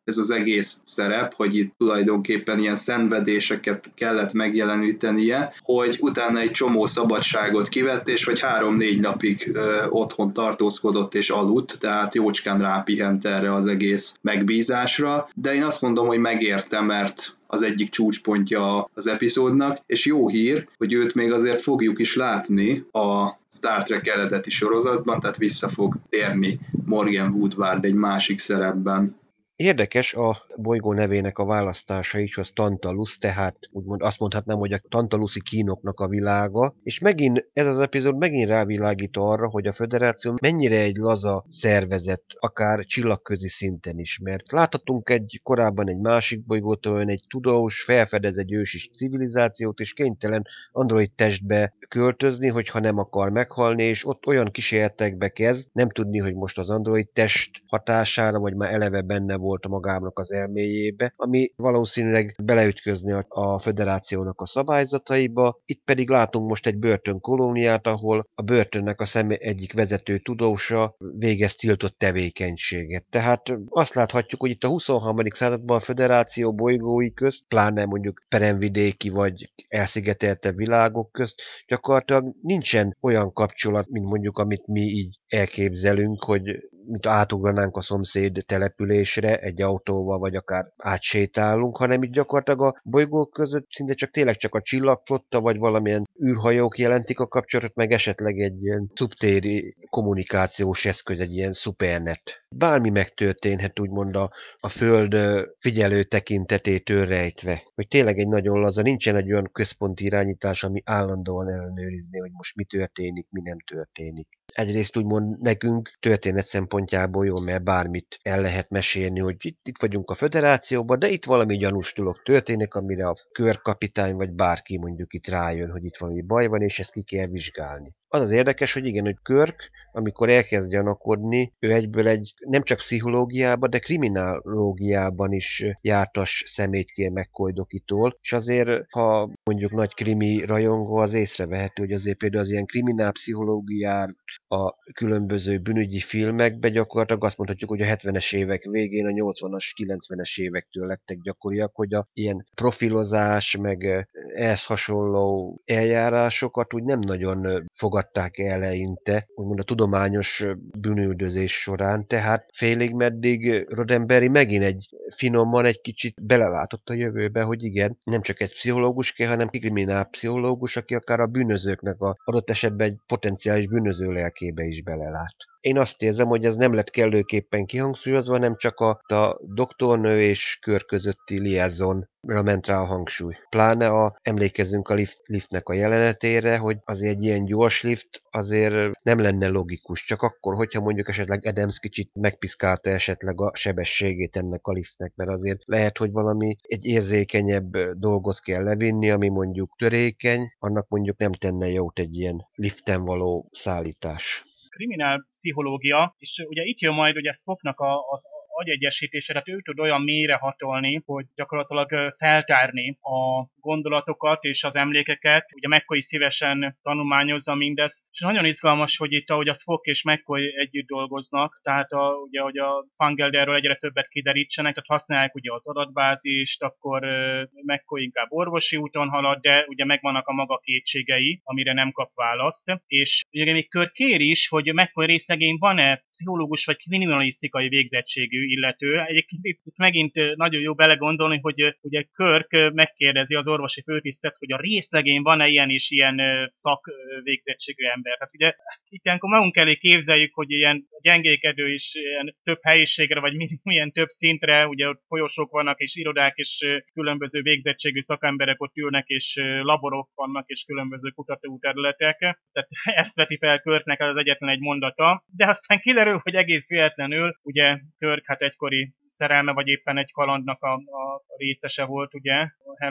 ez az egész szerep, hogy itt tulajdonképpen ilyen szenvedéseket kellett megjelenítenie, hogy utána egy csomó szabadságot kivett, és vagy három-négy napig ö, otthon tartózkodott és aludt, tehát jócskán rápihent erre az egész megbízásra, de én azt mondom, hogy megérte, mert az egyik csúcspontja az epizódnak, és jó hír, hogy őt még azért fogjuk is látni a Star Trek eredeti sorozatban, tehát vissza fog térni Morgan Woodward egy másik szerepben. Érdekes a bolygó nevének a választása is, az Tantalus, tehát úgymond azt mondhatnám, hogy a tantaluszi kínoknak a világa, és megint ez az epizód megint rávilágít arra, hogy a Föderáció mennyire egy laza szervezet, akár csillagközi szinten is, mert láthatunk egy korábban egy másik bolygót, olyan egy tudós, felfedez egy ősi civilizációt, és kénytelen android testbe költözni, hogyha nem akar meghalni, és ott olyan kísérletekbe kezd, nem tudni, hogy most az android test hatására, vagy már eleve benne volt volt a magának az elméjébe, ami valószínűleg beleütközni a, a Föderációnak a szabályzataiba. Itt pedig látunk most egy börtönkolóniát, ahol a börtönnek a személy egyik vezető tudósa végez tiltott tevékenységet. Tehát azt láthatjuk, hogy itt a huszonharmadik században a Föderáció bolygói közt, pláne mondjuk peremvidéki vagy elszigeteltebb világok közt gyakorlatilag nincsen olyan kapcsolat, mint mondjuk amit mi így elképzelünk, hogy mint átugranánk a szomszéd településre egy autóval, vagy akár átsétálunk, hanem itt gyakorlatilag a bolygók között szinte csak tényleg csak a csillagflotta, vagy valamilyen űrhajók jelentik a kapcsolatot, meg esetleg egy ilyen szubtéri kommunikációs eszköz, egy ilyen szupernet. Bármi megtörténhet, úgymond a, a Föld figyelő tekintetétől rejtve. Hogy tényleg egy nagyon laza, nincsen egy olyan központi irányítás, ami állandóan ellenőrizni, hogy most mi történik, mi nem történik. Egyrészt úgymond nekünk történet szempontjából jó, mert bármit el lehet mesélni, hogy itt, itt vagyunk a Föderációban, de itt valami gyanús dolog történik, amire a körkapitány vagy bárki mondjuk itt rájön, hogy itt valami baj van, és ezt ki kell vizsgálni. Az az érdekes, hogy igen, hogy Kirk, amikor elkezd gyanakodni, ő egyből egy nem csak pszichológiában, de kriminológiában is jártas szemét kér McCoy-Dokitól, és azért, ha mondjuk nagy krimi rajongó, az észrevehető, hogy azért például az ilyen kriminálpszichológiát a különböző bűnügyi filmekben gyakorlatilag azt mondhatjuk, hogy a hetvenes évek végén, a nyolcvanas, kilencvenes évektől lettek gyakoriak, hogy a ilyen profilozás, meg ehhez hasonló eljárásokat úgy nem nagyon fogadták el eleinte, úgymond a tudományos bűnüldözés során, tehát félig meddig Roddenberry megint egy finoman egy kicsit belelátott a jövőbe, hogy igen, nem csak egy pszichológus kell, hanem kriminálpszichológus, aki akár a bűnözőknek a adott esetben egy potenciális bűnöző lelkébe is belelát. Én azt érzem, hogy ez nem lett kellőképpen kihangsúlyozva, nem csak a, a doktornő és Kirk közötti liaisonra ment rá a hangsúly. Pláne a, emlékezzünk a lift, liftnek a jelenetére, hogy azért egy ilyen gyors lift azért nem lenne logikus, csak akkor, hogyha mondjuk esetleg Adams kicsit megpiszkálta esetleg a sebességét ennek a liftnek, mert azért lehet, hogy valami egy érzékenyebb dolgot kell levinni, ami mondjuk törékeny, annak mondjuk nem tenne jót egy ilyen liften való szállítás. Kriminálpszichológia, és ugye itt jön majd ugye Spocknak az agyegyesítése, tehát ő tud olyan mélyre hatolni, hogy gyakorlatilag feltárni a gondolatokat és az emlékeket. Ugye McCoy szívesen tanulmányozza mindezt, és nagyon izgalmas, hogy itt, ahogy a Spock és McCoy együtt dolgoznak, tehát a, ugye, hogy a Fangelderről egyre többet kiderítsenek, tehát használják ugye az adatbázist, akkor uh, McCoy inkább orvosi úton halad, de ugye megvannak a maga kétségei, amire nem kap választ. És ugye még Kirk kér is, hogy McCoy részlegén van-e pszichológus vagy kriminalisztikai végzettségű illető. Egyébként itt megint nagyon jó belegondolni, hogy ugye Kirk megkérdezi az orvosi főtisztet, hogy a részlegén van-e ilyen és ilyen szakvégzettségű ember. Tehát ugye itt ilyenkor magunk elé képzeljük, hogy ilyen gyengékedő is ilyen több helyiségre, vagy milyen több szintre, ugye ott folyosók vannak, és irodák, és különböző végzettségű szakemberek ott ülnek, és laborok vannak, és különböző kutatóterületek. Tehát ezt veti fel Kirknek az egyetlen egy mondata. De aztán kiderül, hogy egész véletlenül, ugye Kirk hát egykori szerelme, vagy éppen egy kalandnak a, a részese volt, ugye, Helen Noel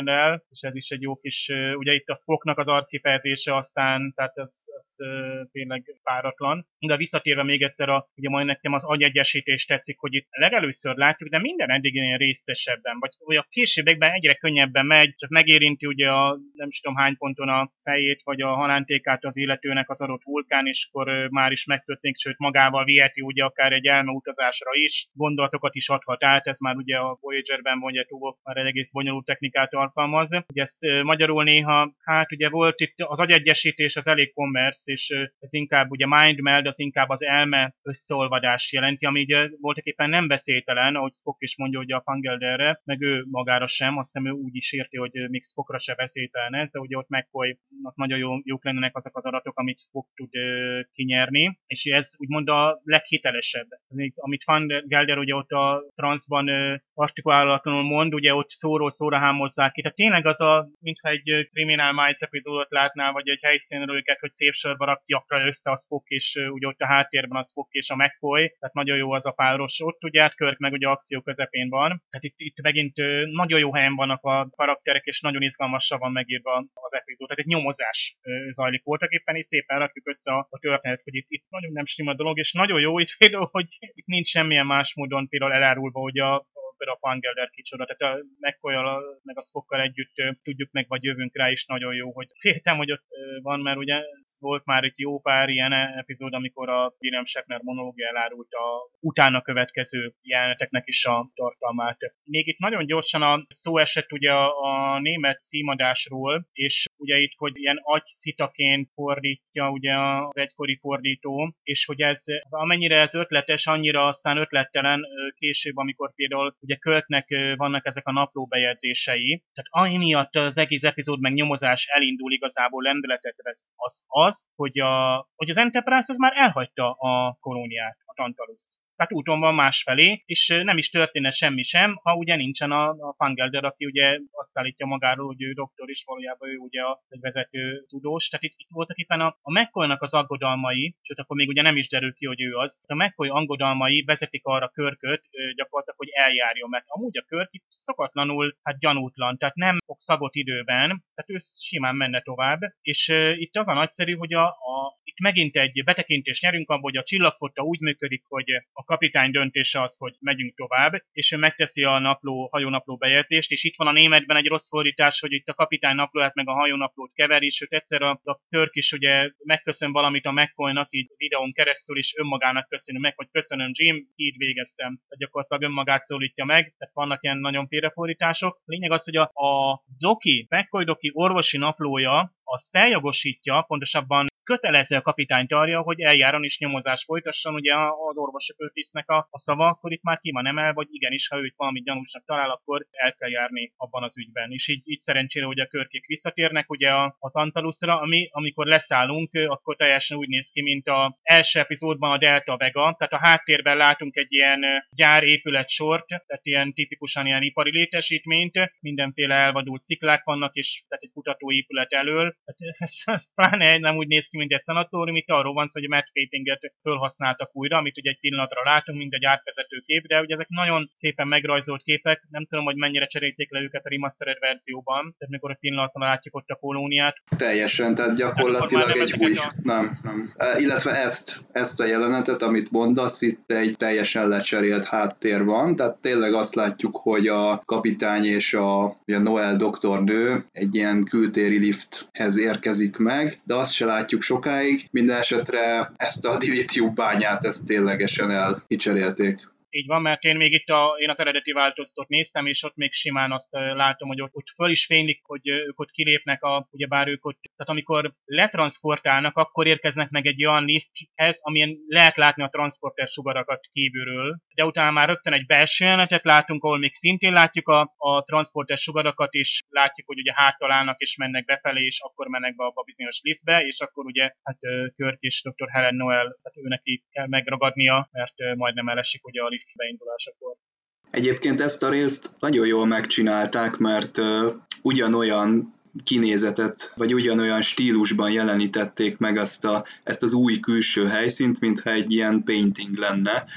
el, és ez is egy jó kis, ugye itt a Spocknak az arckifejezése aztán, tehát ez, ez tényleg páratlan. De visszatérve még egyszer, a, ugye majd nekem az agyegyesítés tetszik, hogy itt legelőször látjuk, de minden eddiginél résztesebben, vagy, vagy a későbbekben egyre könnyebben megy, csak megérinti ugye a nem tudom hány ponton a fejét, vagy a halántékát az illetőnek az adott vulkán, és akkor már is megtörténik, sőt magával viheti ugye akár egy elmeutazásra is, gondolatokat is adhat át, ez már ugye a Voyagerben mondja túl, már egy egész bonyolult technikát alkalmaz. Ugye ezt e, magyarul néha, hát ugye volt itt az agyegyesítés, az elég commerce, és e, ez inkább ugye mind meld, az inkább az elme összeolvadás jelenti, ami ugye voltak éppen nem beszélytelen, ahogy Spock is mondja ugye a Fangelderre, meg ő magára sem, azt hiszem ő úgy is érti, hogy még Spockra se beszélytelen ez, de ugye ott McCoy-nak nagyon jó, jók lennének azok az adatok, amit Spock tud uh, kinyerni, és ez úgymond a leghitelesebb. Amit Fangelder ugye ott a transzban uh, artikulálatlanul mond, ugye ott szóról szóra hámozzák ki. Tehát tényleg az a, mintha egy Criminal Minds epizódot látnál, vagy egy helyszínről őket, hogy szép sorba rakjakra össze a Spock, és uh, ugye ott a háttérben a Spock és a McCoy, tehát nagyon jó az a páros ott, ugye hát Kirk meg ugye akció közepén van. Tehát itt, itt megint uh, nagyon jó helyen vannak a karakterek, és nagyon izgalmasan van megírva az epizód. Tehát egy nyomozás uh, zajlik voltak éppen, és szépen rakjuk össze a, a történetet, hogy itt, itt nagyon nem stimmel a dolog, és nagyon jó itt például, hogy itt nincs semmilyen más módon például elárulva, hogy a például a Fangelder kicsoda, tehát a McCoy-al meg a Spockkal együtt tudjuk meg, vagy jövünk rá is nagyon jó, hogy féltem, hogy ott van, mert ugye volt már itt jó pár ilyen epizód, amikor a William Shatner monológia elárult a utána következő jeleneteknek is a tartalmát. Még itt nagyon gyorsan a szó esett ugye a, a német címadásról, és ugye itt, hogy ilyen agyszitaként fordítja ugye az egykori fordító, és hogy ez amennyire ez ötletes, annyira aztán ötlettelen később, amikor például ugye Kirknek vannak ezek a naplóbejegyzései, tehát amiatt az egész epizód meg nyomozás elindul, igazából lendületet vesz az az, hogy, a, hogy az Enterprise az már elhagyta a kolóniát, a Tantaluszt. Tehát úton van másfelé, és nem is történne semmi sem, ha ugye nincsen a, a Fangelder, aki ugye azt állítja magáról, hogy ő doktor is, valójában ő ugye a vezető tudós. Tehát itt, itt voltak éppen a, a McCoy-nak az aggodalmai, sőt akkor még ugye nem is derül ki, hogy ő az. A McCoy aggodalmai vezetik arra Kirköt gyakorlatilag, hogy eljárjon, mert amúgy a Kirk itt szokatlanul hát gyanútlan, tehát nem fog szagot időben, tehát ő simán menne tovább. És uh, itt az a nagyszerű, hogy a, a, itt megint egy betekintést nyerünk abba, hogy a csillagflotta úgy működik, hogy a kapitány döntése az, hogy megyünk tovább, és ő megteszi a napló, hajónapló bejegyzést, és itt van a németben egy rossz fordítás, hogy itt a kapitány naplóját meg a hajónaplót keveri, sőt egyszer a, a Kirk is ugye megköszön valamit a McCoy-nak így videón keresztül, és önmagának köszönöm meg, hogy köszönöm Jim, így végeztem. Tehát gyakorlatilag önmagát szólítja meg, tehát vannak ilyen nagyon félrefordítások. Lényeg az, hogy a, a doki, McCoy doki orvosi naplója, az feljogosítja, pontosabban kötelező a kapitányt arra, hogy eljárjon és nyomozás folytasson, ugye az orvosi főtisztnek a, a szava, akkor itt már ki van emel, vagy igenis, ha őt valami gyanúsnak talál, akkor el kell járni abban az ügyben. És így, így szerencsére ugye a Kirkék visszatérnek ugye a, a Tantalusra, ami amikor leszállunk, akkor teljesen úgy néz ki, mint az első epizódban a Delta Vega, tehát a háttérben látunk egy ilyen gyárépület sort, tehát ilyen tipikusan ilyen ipari létesítményt, mindenféle elvadult sziklák vannak, és tehát egy kutatóépület elől. Tehát ez, ez pláne nem úgy néz ki, mint egy szanatórium, itt arról van szó, hogy a matte paintinget felhasználtak újra, amit ugye egy pillanatra látunk, mint egy átvezető kép, de ugye ezek nagyon szépen megrajzolt képek, nem tudom, hogy mennyire cserélték le őket a remastered verzióban, tehát mikor egy pillanatra látjuk ott a kolóniát. Teljesen, tehát gyakorlatilag egy új. A... Nem, nem. E, illetve ezt, ezt a jelenetet, amit mondasz, itt egy teljesen lecserélt háttér van, tehát tényleg azt látjuk, hogy a kapitány és a, a Noel doktornő egy ilyen kültéri lifthez érkezik meg, de azt se látjuk sokáig, minden esetre ezt a dilithium bányát ezt ténylegesen elkicserélték. Így van, mert én még itt a, én az eredeti változatot néztem, és ott még simán azt látom, hogy ott, ott föl is fénylik, hogy ők ott kilépnek, a, ugyebár ők ott, tehát amikor letranszportálnak, akkor érkeznek meg egy olyan lifthez, amilyen lehet látni a transzporter sugarakat kívülről, de utána már rögtön egy belső jelenetet látunk, ahol még szintén látjuk a, a transzporter sugarakat, és látjuk, hogy ugye háttal állnak és mennek befelé, és akkor mennek be a bizonyos liftbe, és akkor ugye hát Kirk és doktor Helen Noel, tehát ő neki kell megragadnia, mert majdnem elesik ugye a lift beindulásakor. Egyébként ezt a részt nagyon jól megcsinálták, mert uh, ugyanolyan kinézetet, vagy ugyanolyan stílusban jelenítették meg ezt, a, ezt az új külső helyszínt, mintha egy ilyen painting lenne.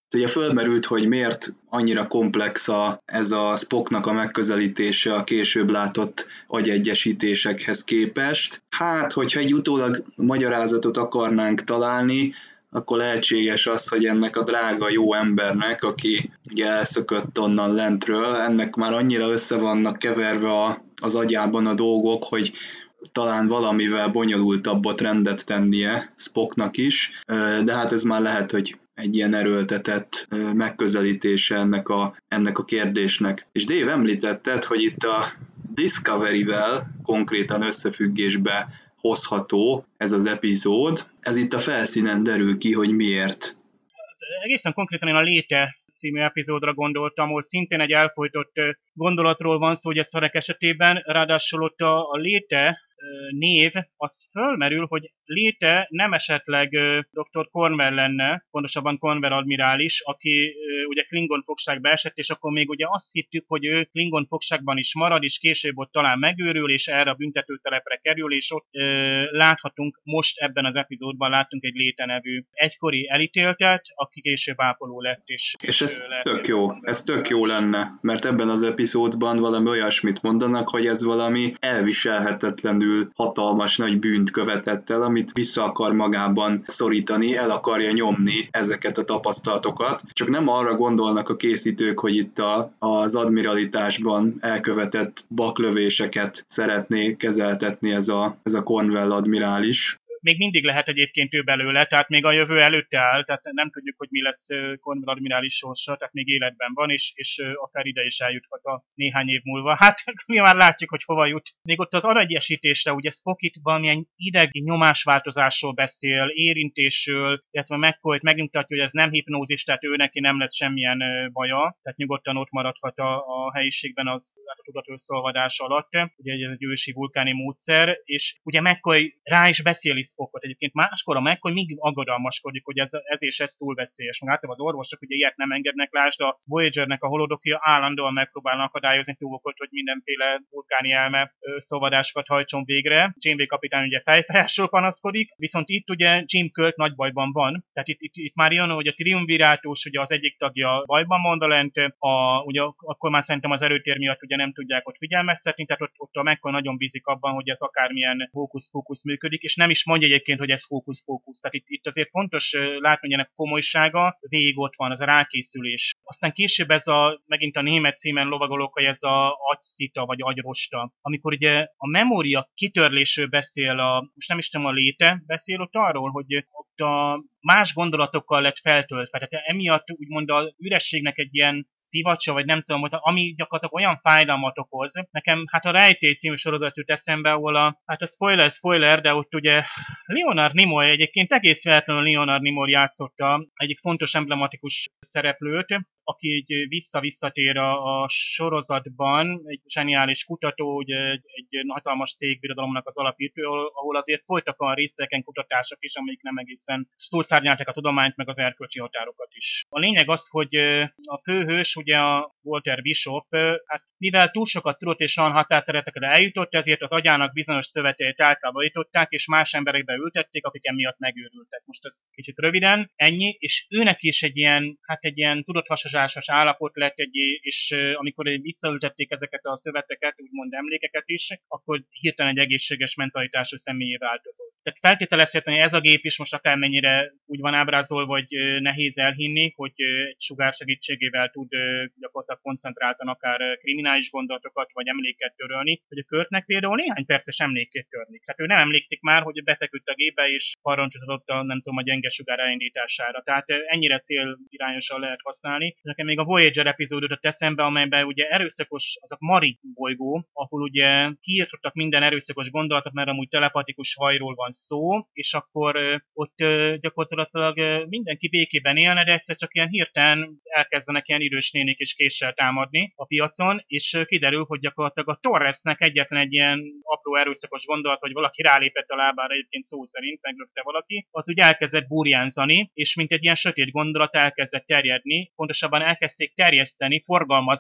Ugye fölmerült, hogy miért annyira komplex a, ez a Spocknak a megközelítése a később látott agyegyesítésekhez képest. Hát, hogyha egy utólag magyarázatot akarnánk találni, akkor lehetséges az, hogy ennek a drága jó embernek, aki ugye elszökött onnan lentről, ennek már annyira össze vannak keverve a, az agyában a dolgok, hogy talán valamivel bonyolultabbat rendet tennie Spocknak is, de hát ez már lehet, hogy egy ilyen erőltetett megközelítése ennek a, ennek a kérdésnek. És Dave, említetted, hogy itt a Discovery-vel konkrétan összefüggésbe hozható ez az epizód. Ez itt a felszínen derül ki, hogy miért. Egészen konkrétan én a Léte című epizódra gondoltam, ahol szintén egy elfojtott gondolatról van szó, hogy a Szarek esetében, ráadásul ott a, a Léte név, az fölmerül, hogy Léte nem esetleg doktor Cornwell lenne, pontosabban Cornwell admirális, aki ugye Klingon fogságba esett, és akkor még ugye azt hittük, hogy ő Klingon fogságban is marad, és később ott talán megőrül, és erre a büntetőtelepre kerül, és ott ö, láthatunk, most ebben az epizódban láttunk egy Léte nevű egykori elítéltet, aki később ápoló lett. És, és ez tök jó, ez tök jó lenne, mert ebben az epizódban valami olyasmit mondanak, hogy ez valami elviselhetetlenül hatalmas nagy bűnt követett el, amit vissza akar magában szorítani, el akarja nyomni ezeket a tapasztalatokat. Csak nem arra gondolnak a készítők, hogy itt a, az admiralitásban elkövetett baklövéseket szeretné kezeltetni ez a, ez a Cornwell admirális. Még mindig lehet egyébként ő belőle, tehát még a jövő előtte áll, tehát nem tudjuk, hogy mi lesz Cornwell admirális sorsa, tehát még életben van, és, és akár ide is eljuthat a néhány év múlva. Hát mi már látjuk, hogy hova jut. Még ott az agyegyesítésre, ugye Spock itt valamilyen idegi nyomásváltozásról beszél, érintésről, illetve McCoy-t megnyugtatja, hogy ez nem hipnózis, tehát ő neki nem lesz semmilyen baja, tehát nyugodtan ott maradhat a, a helyiségben az a tudatőrszolvadás alatt. Ugye ez egy ősi vulkáni módszer, és ugye McCoy rá is beszéli Spockot. Egyébként máskor a McCoy mindig aggodalmaskodik, hogy ez, ez és ez túl veszélyes. Meg általában az orvosok ugye ilyet nem engednek, lásd a Voyagernek a holodokia állandóan megpróbálnak akadályozni túlokat, hogy mindenféle vulkáni elme szóvadásokat hajtson végre. Janeway kapitány ugye fejfájással panaszkodik, viszont itt ugye Jim Kirk nagy bajban van. Tehát itt, itt, itt már jön, hogy a triumvirátus, ugye az egyik tagja bajban van odalent, a, ugye akkor már szerintem az erőtér miatt ugye nem tudják ott figyelmeztetni, tehát ott, ott a McCoy nagyon bízik abban, hogy ez akármilyen hókusz-pókusz működik, és nem is mondja egyébként, hogy ez hókusz-pókusz. Tehát itt, itt azért fontos látni, hogy ennek komolysága végig ott van, az a rákészülés. Aztán később ez a, megint a német címen lovagolok, hogy ez a agyszita, vagy agyrosta. Amikor ugye a memória kitörlésről beszél, a, most nem is tudom, a Léte beszél ott arról, hogy ott a más gondolatokkal lett feltöltve. Tehát emiatt úgymond a ürességnek egy ilyen szivacsa, vagy nem tudom, ami gyakorlatilag olyan fájdalmat okoz. Nekem hát a Rejtély című sorozat jut eszembe, ahol a, hát a spoiler, spoiler, de ott ugye Leonard Nimoy egyébként egész véletlenül Leonard Nimoy játszotta egyik fontos emblematikus szereplőt, aki így vissza-visszatér a, a sorozatban, egy zseniális kutató, ugye egy, egy hatalmas cégbirodalomnak az alapítő, ahol azért folytak a részeken kutatások is, amelyik nem egészen túlszárnyálták a tudományt, meg az erkölcsi határokat is. A lényeg az, hogy a főhős, ugye a Walter Bishop, hát mivel túl sokat tudott és olyan határterületekre eljutott, ezért az agyának bizonyos szöveteit eltávolították, és más emberekbe ültették, akik emiatt megőrültek. Most ez kicsit röviden, ennyi, és őnek is egy ilyen, hát egy ilyen tudathasazásos állapot lett, egy, és amikor visszaültették ezeket a szöveteket, úgymond emlékeket is, akkor hirtelen egy egészséges mentalitású személyé változott. Tehát feltételezhetően, hogy ez a gép is most akármennyire úgy van ábrázolva, hogy nehéz elhinni, hogy egy sugár segítségével tud gyakorlatilag koncentráltan akár kriminális gondolatokat vagy emléket törölni, hogy a Kirknek például néhány perces emlékét törni. Tehát ő nem emlékszik már, hogy befeküdt a gépbe és parancsot adott a, nem tudom, a gyenge sugár elindítására. Tehát ennyire célirányosan lehet használni. Nekem még a Voyager epizódot ott eszembe, amelyben ugye erőszakos, az a Mari bolygó, ahol ugye kiírtottak minden erőszakos gondolatot, mert amúgy telepatikus hajról van szó, és akkor ott gyakorlatilag mindenki békében élne, de egyszer csak ilyen hirtelen elkezdenek ilyen idős nénik és késsel támadni a piacon, és kiderül, hogy gyakorlatilag a Torresnek egyetlen egy ilyen apró erőszakos gondolat, hogy valaki rálépett a lábára, egyébként szó szerint meglökte valaki, az úgy elkezdett burjánzani, és mint egy ilyen sötét gondolat elkezdett terjedni, pontosabban elkezdték terjeszteni, forgalmazni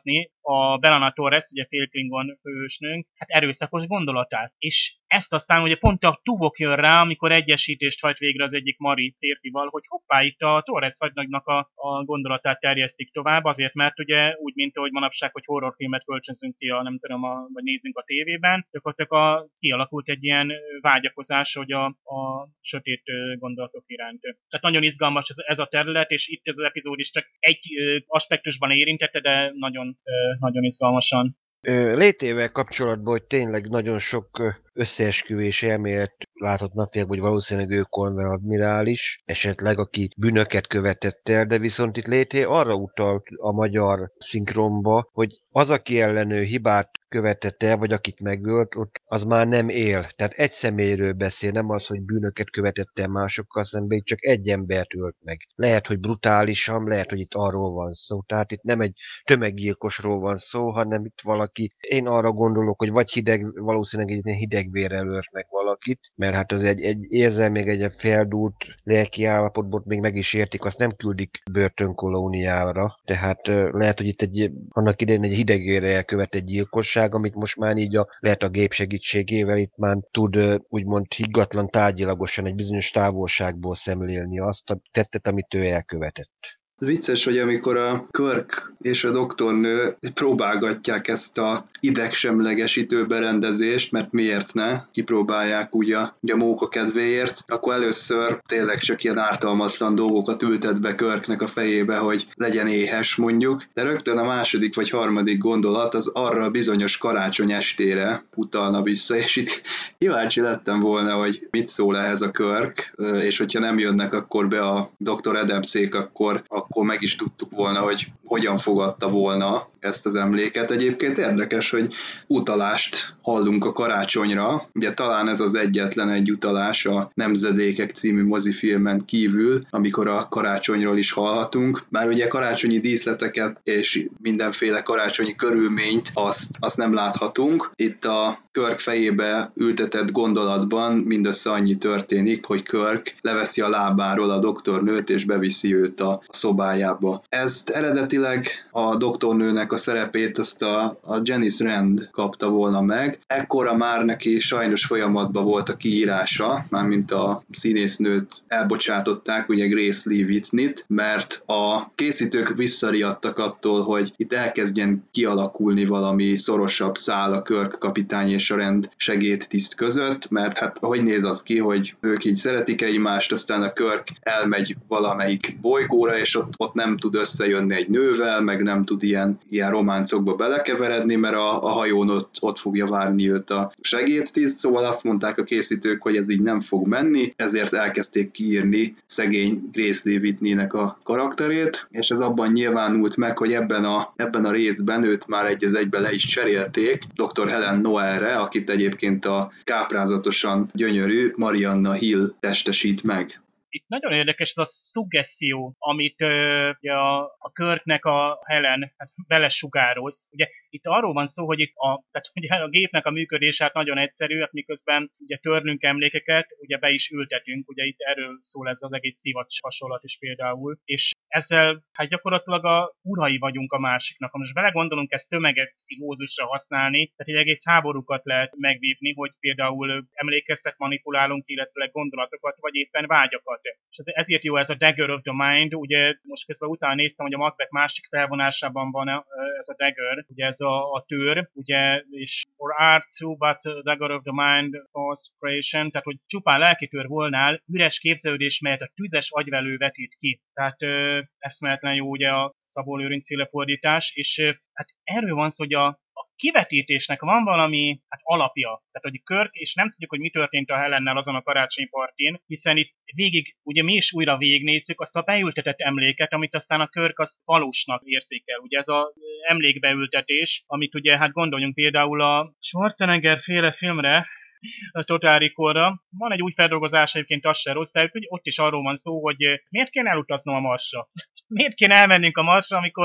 a Bellana Torres, ugye Phil Klingon főhősnőnk, hát erőszakos gondolatát. És ezt aztán ugye pont a tuvok jön rá, amikor egyesítést hajt végre az egyik Mari férfival, hogy hoppá, itt a Torres hadnagynak a, a gondolatát terjesztik tovább, azért, mert ugye úgy, mint ahogy manapság, hogy horrorfilmet kölcsönzünk ki, a, nem tudom, a, vagy nézzünk a tévében, gyakorlatilag a, kialakult egy ilyen vágyakozás, hogy a, a sötét gondolatok iránt. Tehát nagyon izgalmas ez, ez a terület, és itt ez az epizód is csak egy aspektusban érintette, de nagyon, nagyon izgalmasan. Létével kapcsolatban, hogy tényleg nagyon sok összeesküvés elmélet látott napvilágban, hogy valószínűleg ő konveradmirális, esetleg aki bűnöket követett el, de viszont itt Lété arra utalt a magyar szinkronba, hogy az, aki ellenő hibát követett el, vagy akit megölt, ott az már nem él. Tehát egy személyről beszél, nem az, hogy bűnöket követett el másokkal szemben, csak egy embert ölt meg. Lehet, hogy brutálisan, lehet, hogy itt arról van szó. Tehát itt nem egy tömeggyilkosról van szó, hanem itt valaki, én arra gondolok, hogy vagy hideg, valószínűleg egy hidegvérrel ölt meg valakit, mert hát az egy, egy érzel még egy feldúlt lelki állapotból még meg is értik, azt nem küldik börtönkolóniára. Tehát lehet, hogy itt egy, annak idején egy hidegvérrel elkövetett gyilkosság, amit most már így a, lehet a gép segítségével itt már tud úgymond higgatlan tárgyilagosan egy bizonyos távolságból szemlélni azt a tettet, amit ő elkövetett. Ez vicces, hogy amikor a Kirk és a doktornő próbálgatják ezt a idegsemlegesítő berendezést, mert miért ne, kipróbálják úgy a, úgy a móka kedvéért, akkor először tényleg csak ilyen ártalmatlan dolgokat ültet be Kirknek a fejébe, hogy legyen éhes mondjuk, de rögtön a második vagy harmadik gondolat az arra a bizonyos karácsony estére utalna vissza, és itt kíváncsi lettem volna, hogy mit szól ehhez a Kirk, és hogyha nem jönnek akkor be a doktor Adamsék, akkor akkor meg is tudtuk volna, hogy hogyan fogadta volna ezt az emléket. Egyébként érdekes, hogy utalást hallunk a karácsonyra. Ugye talán ez az egyetlen egy utalás a Nemzedékek című mozifilmen kívül, amikor a karácsonyról is hallhatunk. Bár ugye karácsonyi díszleteket és mindenféle karácsonyi körülményt azt, azt nem láthatunk. Itt a Kirk fejébe ültetett gondolatban mindössze annyi történik, hogy Kirk leveszi a lábáról a doktornőt és beviszi őt a szobájába. Ezt eredetileg a doktornőnek a szerepét azt a, a Janice Rand kapta volna meg. Ekkora már neki sajnos folyamatban volt a kiírása, mármint a színésznőt elbocsátották, ugye Grace Lee Whitney-t, mert a készítők visszariadtak attól, hogy itt elkezdjen kialakulni valami szorosabb szál a Kirk kapitány és a Rand segédtiszt között, mert hát hogy néz az ki, hogy ők így szeretik egymást, aztán a Kirk elmegy valamelyik bolygóra, és ott, ott nem tud összejönni egy nővel, meg nem tud ilyen, ilyen románcokba belekeveredni, mert a, a hajón ott, ott fogja várni őt a segédtiszt, szóval azt mondták a készítők, hogy ez így nem fog menni, ezért elkezdték kiírni szegény Grace Lee Whitney-nek a karakterét, és ez abban nyilvánult meg, hogy ebben a, ebben a részben őt már egy az egybe le is cserélték doktor Helen Noelre, akit egyébként a káprázatosan gyönyörű Marianna Hill testesít meg. Itt nagyon érdekes ez a szuggesszió, amit ö, a, a Kirknek a Helen hát belesugároz. Ugye itt arról van szó, hogy itt a, tehát ugye a gépnek a működése hát nagyon egyszerű, hát miközben ugye törnünk emlékeket, ugye be is ültetünk, ugye itt erről szól ez az egész szivacs hasonlat is például, és ezzel hát gyakorlatilag a urai vagyunk a másiknak. Ha most belegondolunk ezt tömeget pszichózusra használni, tehát egy egész háborúkat lehet megvívni, hogy például emlékeztet, manipulálunk, illetve gondolatokat, vagy éppen vágyakat. És ezért jó ez a Dagger of the Mind, ugye most közben utána néztem, hogy a Macbeth másik felvonásában van ez a dagger, ugye ez a, a tőr, ugye, és for art too, but Dagger of the Mind consecration, tehát hogy csupán lelki tőr volnál, üres képzelődés, melyet a tüzes agyvelő vetít ki. Tehát ö, eszméletlen jó ugye a Szabó Lőrinc féle fordítás, és ö, hát erről van szó, hogy a kivetítésnek van valami hát alapja. Tehát, hogy Kirk, és nem tudjuk, hogy mi történt a Helennel azon a karácsonyi partin, hiszen itt végig, ugye mi is újra végignézzük azt a beültetett emléket, amit aztán a Kirk az valósnak érzékel. Ugye ez az emlékbeültetés, amit ugye hát gondoljunk például a Schwarzenegger féle filmre, a Total Recall-ra. Van egy új feldolgozás, egyébként az se rossz, de ott is arról van szó, hogy miért kéne elutaznom a Marsra? Miért kéne elmennünk a Marsra, amikor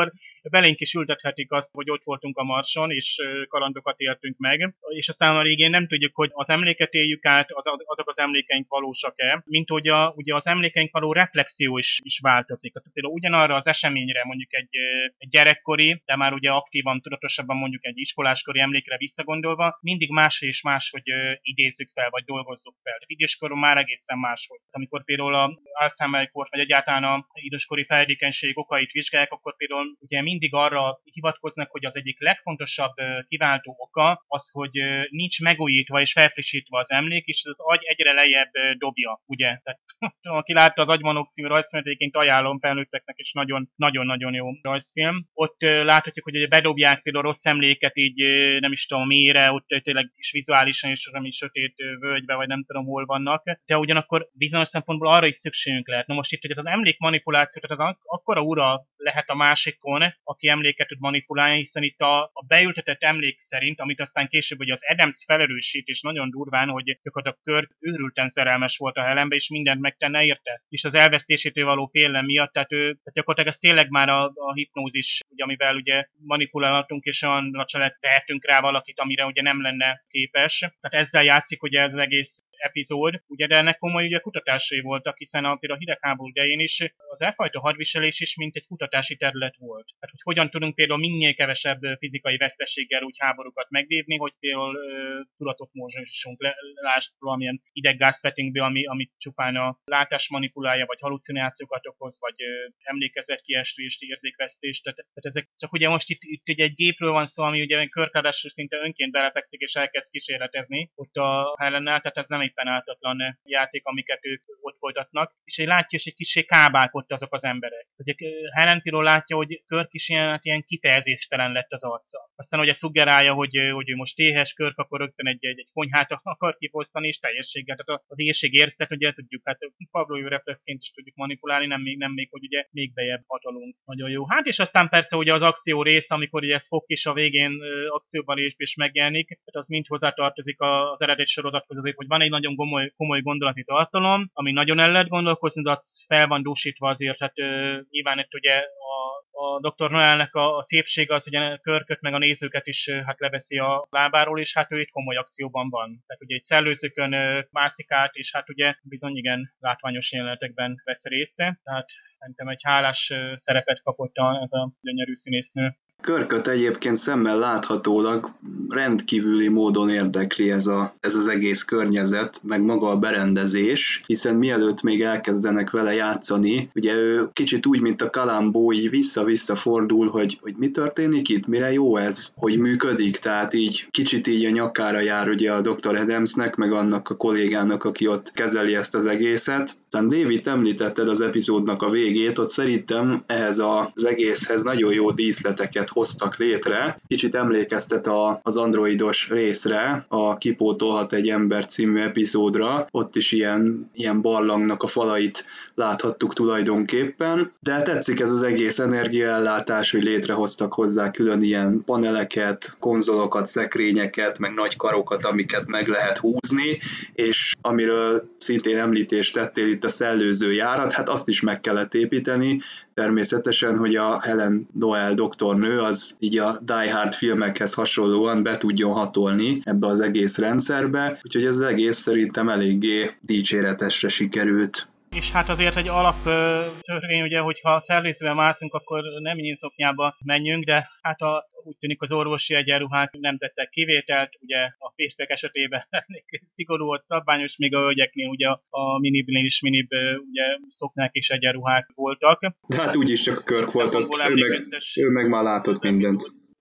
belénk is ültethetik azt, hogy ott voltunk a Marson, és kalandokat éltünk meg, és aztán a végén nem tudjuk, hogy az emléket éljük át, az, azok az emlékeink valósak-e, mint hogy a, ugye az emlékeink való reflexió is, is változik. Tehát például ugyanarra az eseményre, mondjuk egy, egy gyerekkori, de már ugye aktívan, tudatosabban mondjuk egy iskoláskori emlékre visszagondolva, mindig más és más, hogy idézzük fel, vagy dolgozzuk fel. Tehát időskoron már egészen máshogy. Amikor például a Alzheimer-kort, vagy egyáltalán a időskori fejlékenység okait vizsgálják, akkor például ugye mindig arra hivatkoznak, hogy az egyik legfontosabb kiváltó oka az, hogy nincs megújítva és felfrissítve az emlék, és az agy egyre lejjebb dobja, ugye? Tehát aki látta az Agymanok című rajzfilmet, egyébként ajánlom felnőtteknek, és nagyon-nagyon jó rajzfilm. Ott láthatjuk, hogy bedobják például rossz emléket így nem is tudom mélyre, ott tényleg is vizuálisan is valami sötét völgybe, vagy nem tudom hol vannak, de ugyanakkor bizonyos szempontból arra is szükségünk lehet. Na most itt, hogy az emlékmanipuláció, tehát az akkora ura lehet a másikon, aki emléket tud manipulálni, hiszen itt a, a beültetett emlék szerint, amit aztán később ugye az Adams felerősít, és nagyon durván, hogy gyakorlatilag Kirk őrülten szerelmes volt a Helenbe, és mindent megtenne érte. És az elvesztésétől való félelem miatt, tehát ő, tehát gyakorlatilag ez tényleg már a, a hipnózis, ugye, amivel ugye manipulálhatunk, és olyan nagyra tehetünk rá valakit, amire ugye nem lenne képes. Tehát ezzel játszik ugye ez az egész epizód, ugye, de ennek komoly ugye kutatásai voltak, hiszen a, például a hidegháború idején is az elfajta hadviselés is mint egy kutatási terület volt. Tehát, hogy hogyan tudunk például minél kevesebb fizikai veszteséggel úgy háborúkat megvívni, hogy például ö, tudatot mozdítsunk, lásd valamilyen ideggázfettingbe, ami, amit csupán a látás manipulálja, vagy halucinációkat okoz, vagy ö, emlékezetkiestést, érzékvesztést. Tehát, tehát ezek csak ugye most itt, itt ugye egy gépről van szó, ami ugye Kirk ráadásul szinte önként belefekszik és elkezd kísérletezni ott a Helennel, tehát ez nem éppen ártatlan játék, amiket ők ott folytatnak, és egy látja, és egy kicsit kábák ott azok az emberek. Tehát Helen például látja, hogy Kirk is ilyen, ilyen kifejezéstelen lett az arca. Aztán ugye szuggerálja, hogy, hogy ő most éhes, Kirk, akkor rögtön egy, egy, egy konyhát akar kifosztani, és teljességgel. Tehát az éhség érzet, ugye tudjuk, hát Pavlov reflexként is tudjuk manipulálni, nem még, nem még, hogy ugye még bejebb hatolunk. Nagyon jó. Hát és aztán persze ugye az akció rész, amikor ugye Spock is a végén akcióban is, is megjelenik, tehát az mind hozzátartozik az eredet sorozathoz, azért, hogy van egy nagyon komoly, komoly gondolati tartalom, ami nagyon el lehet gondolkozni, de az fel van dúsítva azért, hát ö, nyilván itt ugye a a doktor Noelnek a, a szépsége az ugye Kirköt meg a nézőket is hát leveszi a lábáról, és hát ő itt komoly akcióban van. Tehát ugye egy szellőzőkön mászik át, és hát ugye bizony igen látványos jelenetekben vesz részt. Tehát szerintem egy hálás szerepet kapott ez a gyönyörű színésznő. Kirköt egyébként szemmel láthatólag rendkívüli módon érdekli ez, a, ez az egész környezet, meg maga a berendezés, hiszen mielőtt még elkezdenek vele játszani, ugye ő kicsit úgy, mint a Kalambó, így vissza-vissza fordul, hogy, hogy mi történik itt, mire jó ez, hogy működik, tehát így kicsit így a nyakára jár ugye a doktor Adamsnek, meg annak a kollégának, aki ott kezeli ezt az egészet. Aztán David, említetted az epizódnak a végét, ott szerintem ehhez az egészhez nagyon jó díszleteket hoztak létre. Kicsit emlékeztet a, az androidos részre, a Kipótolhat egy ember című epizódra, ott is ilyen, ilyen barlangnak a falait láthattuk tulajdonképpen, de tetszik ez az egész energiaellátás, hogy létrehoztak hozzá külön ilyen paneleket, konzolokat, szekrényeket, meg nagy karokat, amiket meg lehet húzni, és amiről szintén említést tettél itt a szellőző járat, hát azt is meg kellett építeni, természetesen, hogy a Helen Noel doktornő az így a Die Hard filmekhez hasonlóan be tudjon hatolni ebbe az egész rendszerbe, úgyhogy ez az egész szerintem eléggé dicséretesre sikerült. És hát azért egy alap törvény, ugye, hogyha szellőzővel mászunk, akkor nem így szoknyába menjünk, de hát a, úgy tűnik az orvosi egyenruhák nem tettek kivételt, ugye a férfiak esetében szigorú volt szabványos, még a hölgyeknél ugye a minibnél is minibb ugye szoknák és egyenruhák voltak. De hát úgyis csak a Kirk volt ott, ő meg, ő meg már látott mindent.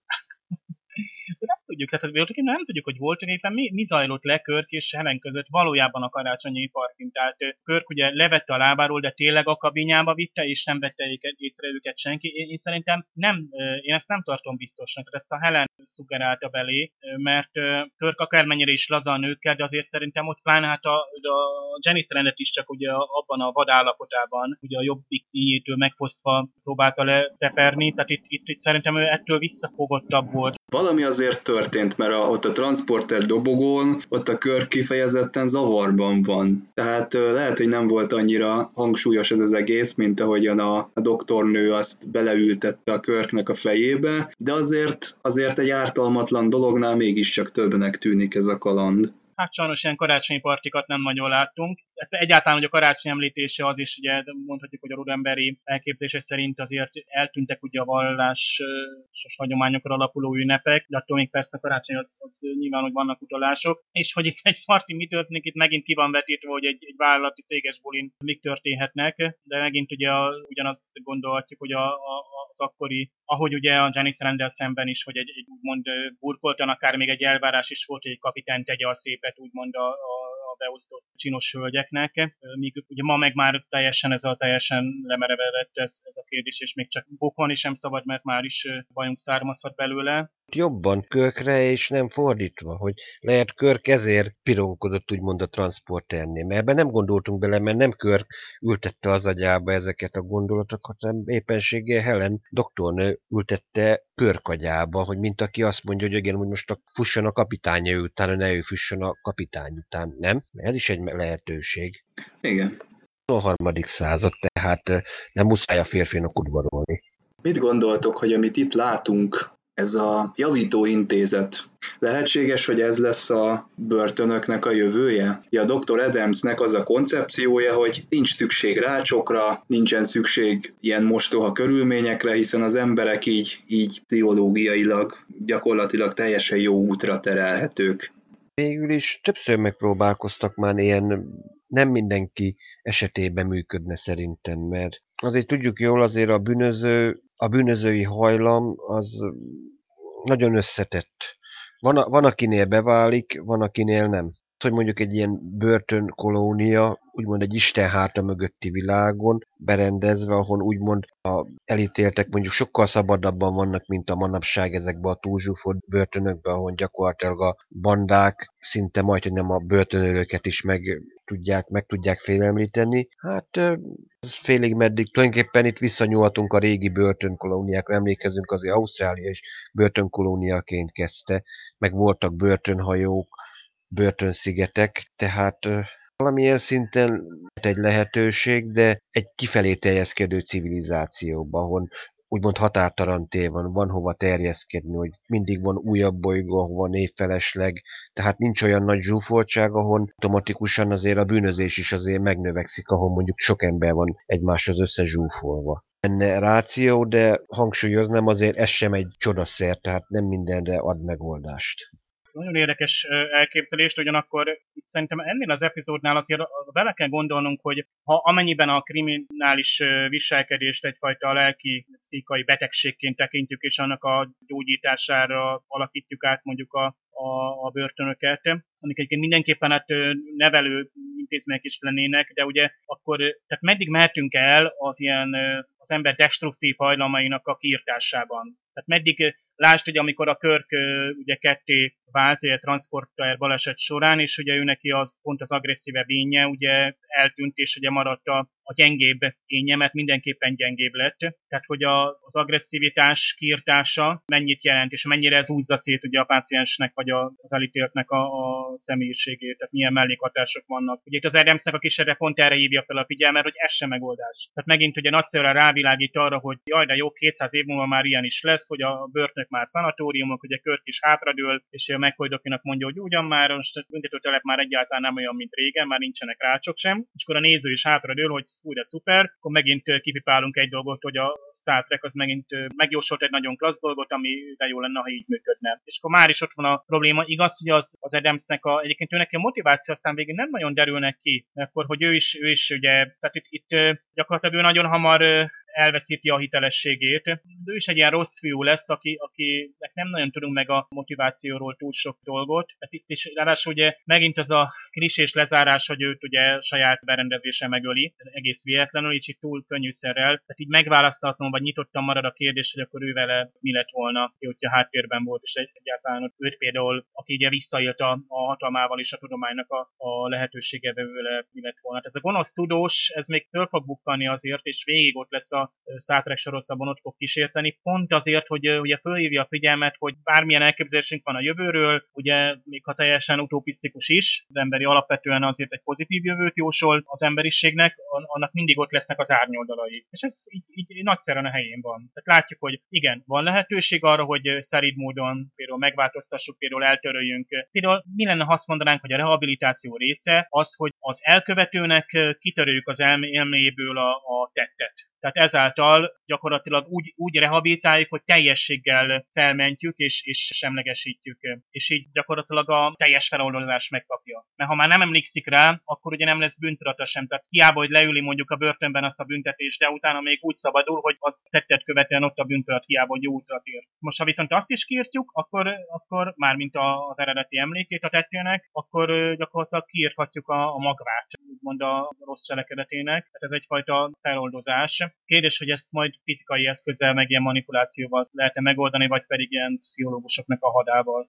Nem tudjuk, tehát nem tudjuk, hogy volt éppen mi, mi zajlott le Kirk és Helen között valójában a karácsonyi partin. Tehát Kirk ugye levette a lábáról, de tényleg a kabinjába vitte, és nem vette észre őket senki. Én, én szerintem nem, én ezt nem tartom biztosnak, ezt a Helen szuggerálta belé, mert Kirk akármennyire is laza a nőkkel, de azért szerintem ott pláne hát a, a Janice rendet is csak ugye abban a vadállapotában, ugye a jobbik íjétől megfosztva próbálta leteperni, tehát itt, itt, itt szerintem ő ettől visszafogottabb volt. Valami azért történt történt, mert a, ott a transporter dobogón, ott a Kirk kifejezetten zavarban van. Tehát lehet, hogy nem volt annyira hangsúlyos ez az egész, mint ahogyan a, a doktornő azt beleültette a Kirknek a fejébe, de azért, azért egy ártalmatlan dolognál mégiscsak többnek tűnik ez a kaland. Hát sajnos ilyen karácsonyi partikat nem nagyon láttunk. Egyáltalán, hogy a karácsony említése az is, ugye mondhatjuk, hogy a rodemberi elképzelése szerint azért eltűntek ugye a vallásos hagyományokra alapuló ünnepek, de attól még persze a karácsony az, az nyilván, hogy vannak utalások. És hogy itt egy parti mi történik, itt megint ki van vetítve, hogy egy, egy vállalati céges bulin mik történhetnek, de megint ugye a, ugyanazt gondolhatjuk, hogy a, a, az akkori, ahogy ugye a Janice Randall szemben is, hogy egy, egy úgymond burkoltan, akár még egy elvárás is volt, hogy egy kapitány tegye a szép úgymond a, a, a beosztott csinos hölgyeknek, míg ugye ma meg már teljesen ez a teljesen lemerevedett ez, ez a kérdés, és még csak bokon sem szabad, mert már is bajunk származhat belőle. Jobban Kirkre, és nem fordítva, hogy lehet Kirk ezért pironkodott úgymond a transporternél, mert ebben nem gondoltunk bele, mert nem Kirk ültette az agyába ezeket a gondolatokat, hanem éppenséggel Helen doktornő ültette Kirk agyába, hogy mint aki azt mondja, hogy igen, hogy most a fusson a kapitánya után, ne ő fusson a kapitány után, nem? Ez is egy lehetőség. Igen. A harmadik század, tehát nem muszáj a férfinak udvarolni. Mit gondoltok, hogy amit itt látunk, ez a javítóintézet, lehetséges, hogy ez lesz a börtönöknek a jövője? Ja, a doktor Adamsnek az a koncepciója, hogy nincs szükség rácsokra, nincsen szükség ilyen mostoha körülményekre, hiszen az emberek így, így pszichológiailag, gyakorlatilag teljesen jó útra terelhetők. Végül is többször megpróbálkoztak már ilyen, nem mindenki esetében működne szerintem, mert azért tudjuk jól, azért a bűnöző, a bűnözői hajlam az nagyon összetett. Van, a, van akinél beválik, van akinél nem. Hogy mondjuk egy ilyen börtönkolónia, úgymond egy Isten háta mögötti világon berendezve, ahol úgymond a elítéltek mondjuk sokkal szabadabban vannak, mint a manapság ezekben a túlzsúfolt börtönökben, ahol gyakorlatilag a bandák szinte majd, hogy nem a börtönőröket is meg tudják, meg tudják félemlíteni. Hát ez félig meddig tulajdonképpen itt visszanyúlhatunk a régi börtönkolóniákra, emlékezünk, azért Ausztrália is börtönkolóniaként kezdte, meg voltak börtönhajók, börtönszigetek, tehát valamilyen szinten egy lehetőség, de egy kifelé terjeszkedő civilizációban, ahol úgymond határtalan tér van, van hova terjeszkedni, hogy mindig van újabb bolygó, ahol névfelesleg, tehát nincs olyan nagy zsúfoltság, ahol automatikusan azért a bűnözés is azért megnövekszik, ahol mondjuk sok ember van egymáshoz összezsúfolva. Enne ráció, de hangsúlyoznám, azért ez sem egy csodaszer, tehát nem mindenre ad megoldást. Nagyon érdekes elképzelést, ugyanakkor itt szerintem ennél az epizódnál azért bele kell gondolnunk, hogy ha amennyiben a kriminális viselkedést egyfajta lelki, pszichai betegségként tekintjük, és annak a gyógyítására alakítjuk át mondjuk a, a, a börtönöket, amik egyébként mindenképpen hát nevelő intézmények is lennének, de ugye akkor, tehát meddig mehetünk el az ilyen az ember destruktív hajlamainak a kiirtásában? Tehát meddig, lásd, hogy amikor a Kirk ugye ketté vált a transporter baleset során, és ugye ő neki az, pont az agresszívebb énje ugye eltűnt, és ugye maradt a, a gyengébb énje, mert mindenképpen gyengébb lett. Tehát, hogy a, az agresszivitás kiirtása mennyit jelent, és mennyire ez húzza szét ugye a páciensnek, vagy a, az elítéltnek a, a személyiségét, tehát milyen mellékhatások vannak. Ugye itt az Adamsnek a kísérlet pont erre hívja fel a figyelmet, hogy ez sem megoldás. Tehát megint ugye nagyszerűen rávilágít arra, hogy jaj, de jó, kétszáz év múlva már ilyen is lesz, hogy a börtönök már szanatóriumok, ugye Kirk is hátradől, és a McCoy dokinak mondja, hogy ugyan már most a büntetőtelep már egyáltalán nem olyan, mint régen, már nincsenek rácsok sem, és akkor a néző is hátradől, hogy új, de szuper, akkor megint kipipálunk egy dolgot, hogy a Star Trek az megint megjósolt egy nagyon klassz dolgot, ami de jó lenne, ha így működne. És akkor már is ott van a probléma. Igaz, hogy az, az Adamsnek a, egyébként őnek a motiváció aztán végén nem nagyon derülnek ki, akkor hogy ő is, ő is ugye, tehát itt, itt gyakorlatilag ő nagyon hamar elveszíti a hitelességét. De ő is egy ilyen rossz fiú lesz, aki, akinek nem nagyon tudunk meg a motivációról túl sok dolgot. Tehát itt is ráadásul ugye megint az a klisés lezárás, hogy őt ugye saját berendezése megöli, egész véletlenül, így itt túl könnyűszerrel. Tehát így megválaszthatom, vagy nyitottan marad a kérdés, hogy akkor ő vele mi lett volna, hogyha háttérben volt, és egyáltalán őt például, aki ugye visszaélt a, a hatalmával és a tudománynak a, a lehetősége vele mi lett volna. Tehát ez a gonosz tudós, ez még föl fog bukkanni azért, és végig ott lesz a a Star Trek sorozatban ott fog kísérteni, pont azért, hogy ugye fölhívja a figyelmet, hogy bármilyen elképzelésünk van a jövőről, ugye még ha teljesen utopisztikus is, az emberi alapvetően azért egy pozitív jövőt jósol az emberiségnek, annak mindig ott lesznek az árnyoldalai. És ez így, így nagyszerűen a helyén van. Tehát látjuk, hogy igen, van lehetőség arra, hogy szerint módon például megváltoztassuk, például eltöröljünk. Például mi lenne, ha azt mondanánk, hogy a rehabilitáció része az, hogy az elkövetőnek kitörőjük az elméjéből a, a tettet. Tehát ezáltal gyakorlatilag úgy, úgy rehabilitáljuk, hogy teljességgel felmentjük és, és semlegesítjük. És így gyakorlatilag a teljes feloldozást megkapja. Mert ha már nem emlékszik rá, akkor ugye nem lesz bűntudata sem. Tehát hiába, hogy leüli mondjuk a börtönben azt a büntetést, de utána még úgy szabadul, hogy az tettet követően ott a bűntudat, hiába, hogy jó útra tér. Most ha viszont azt is kiírtjuk, akkor, akkor mármint az eredeti emlékét a tettének, akkor gyakorlatilag kiírthatjuk a, a magvát, úgymond a rossz cselekedetének. Tehát ez egyfajta feloldozás. Kérdés, hogy ezt majd fizikai eszközzel, meg ilyen manipulációval lehet-e megoldani, vagy pedig ilyen pszichológusoknak a hadával.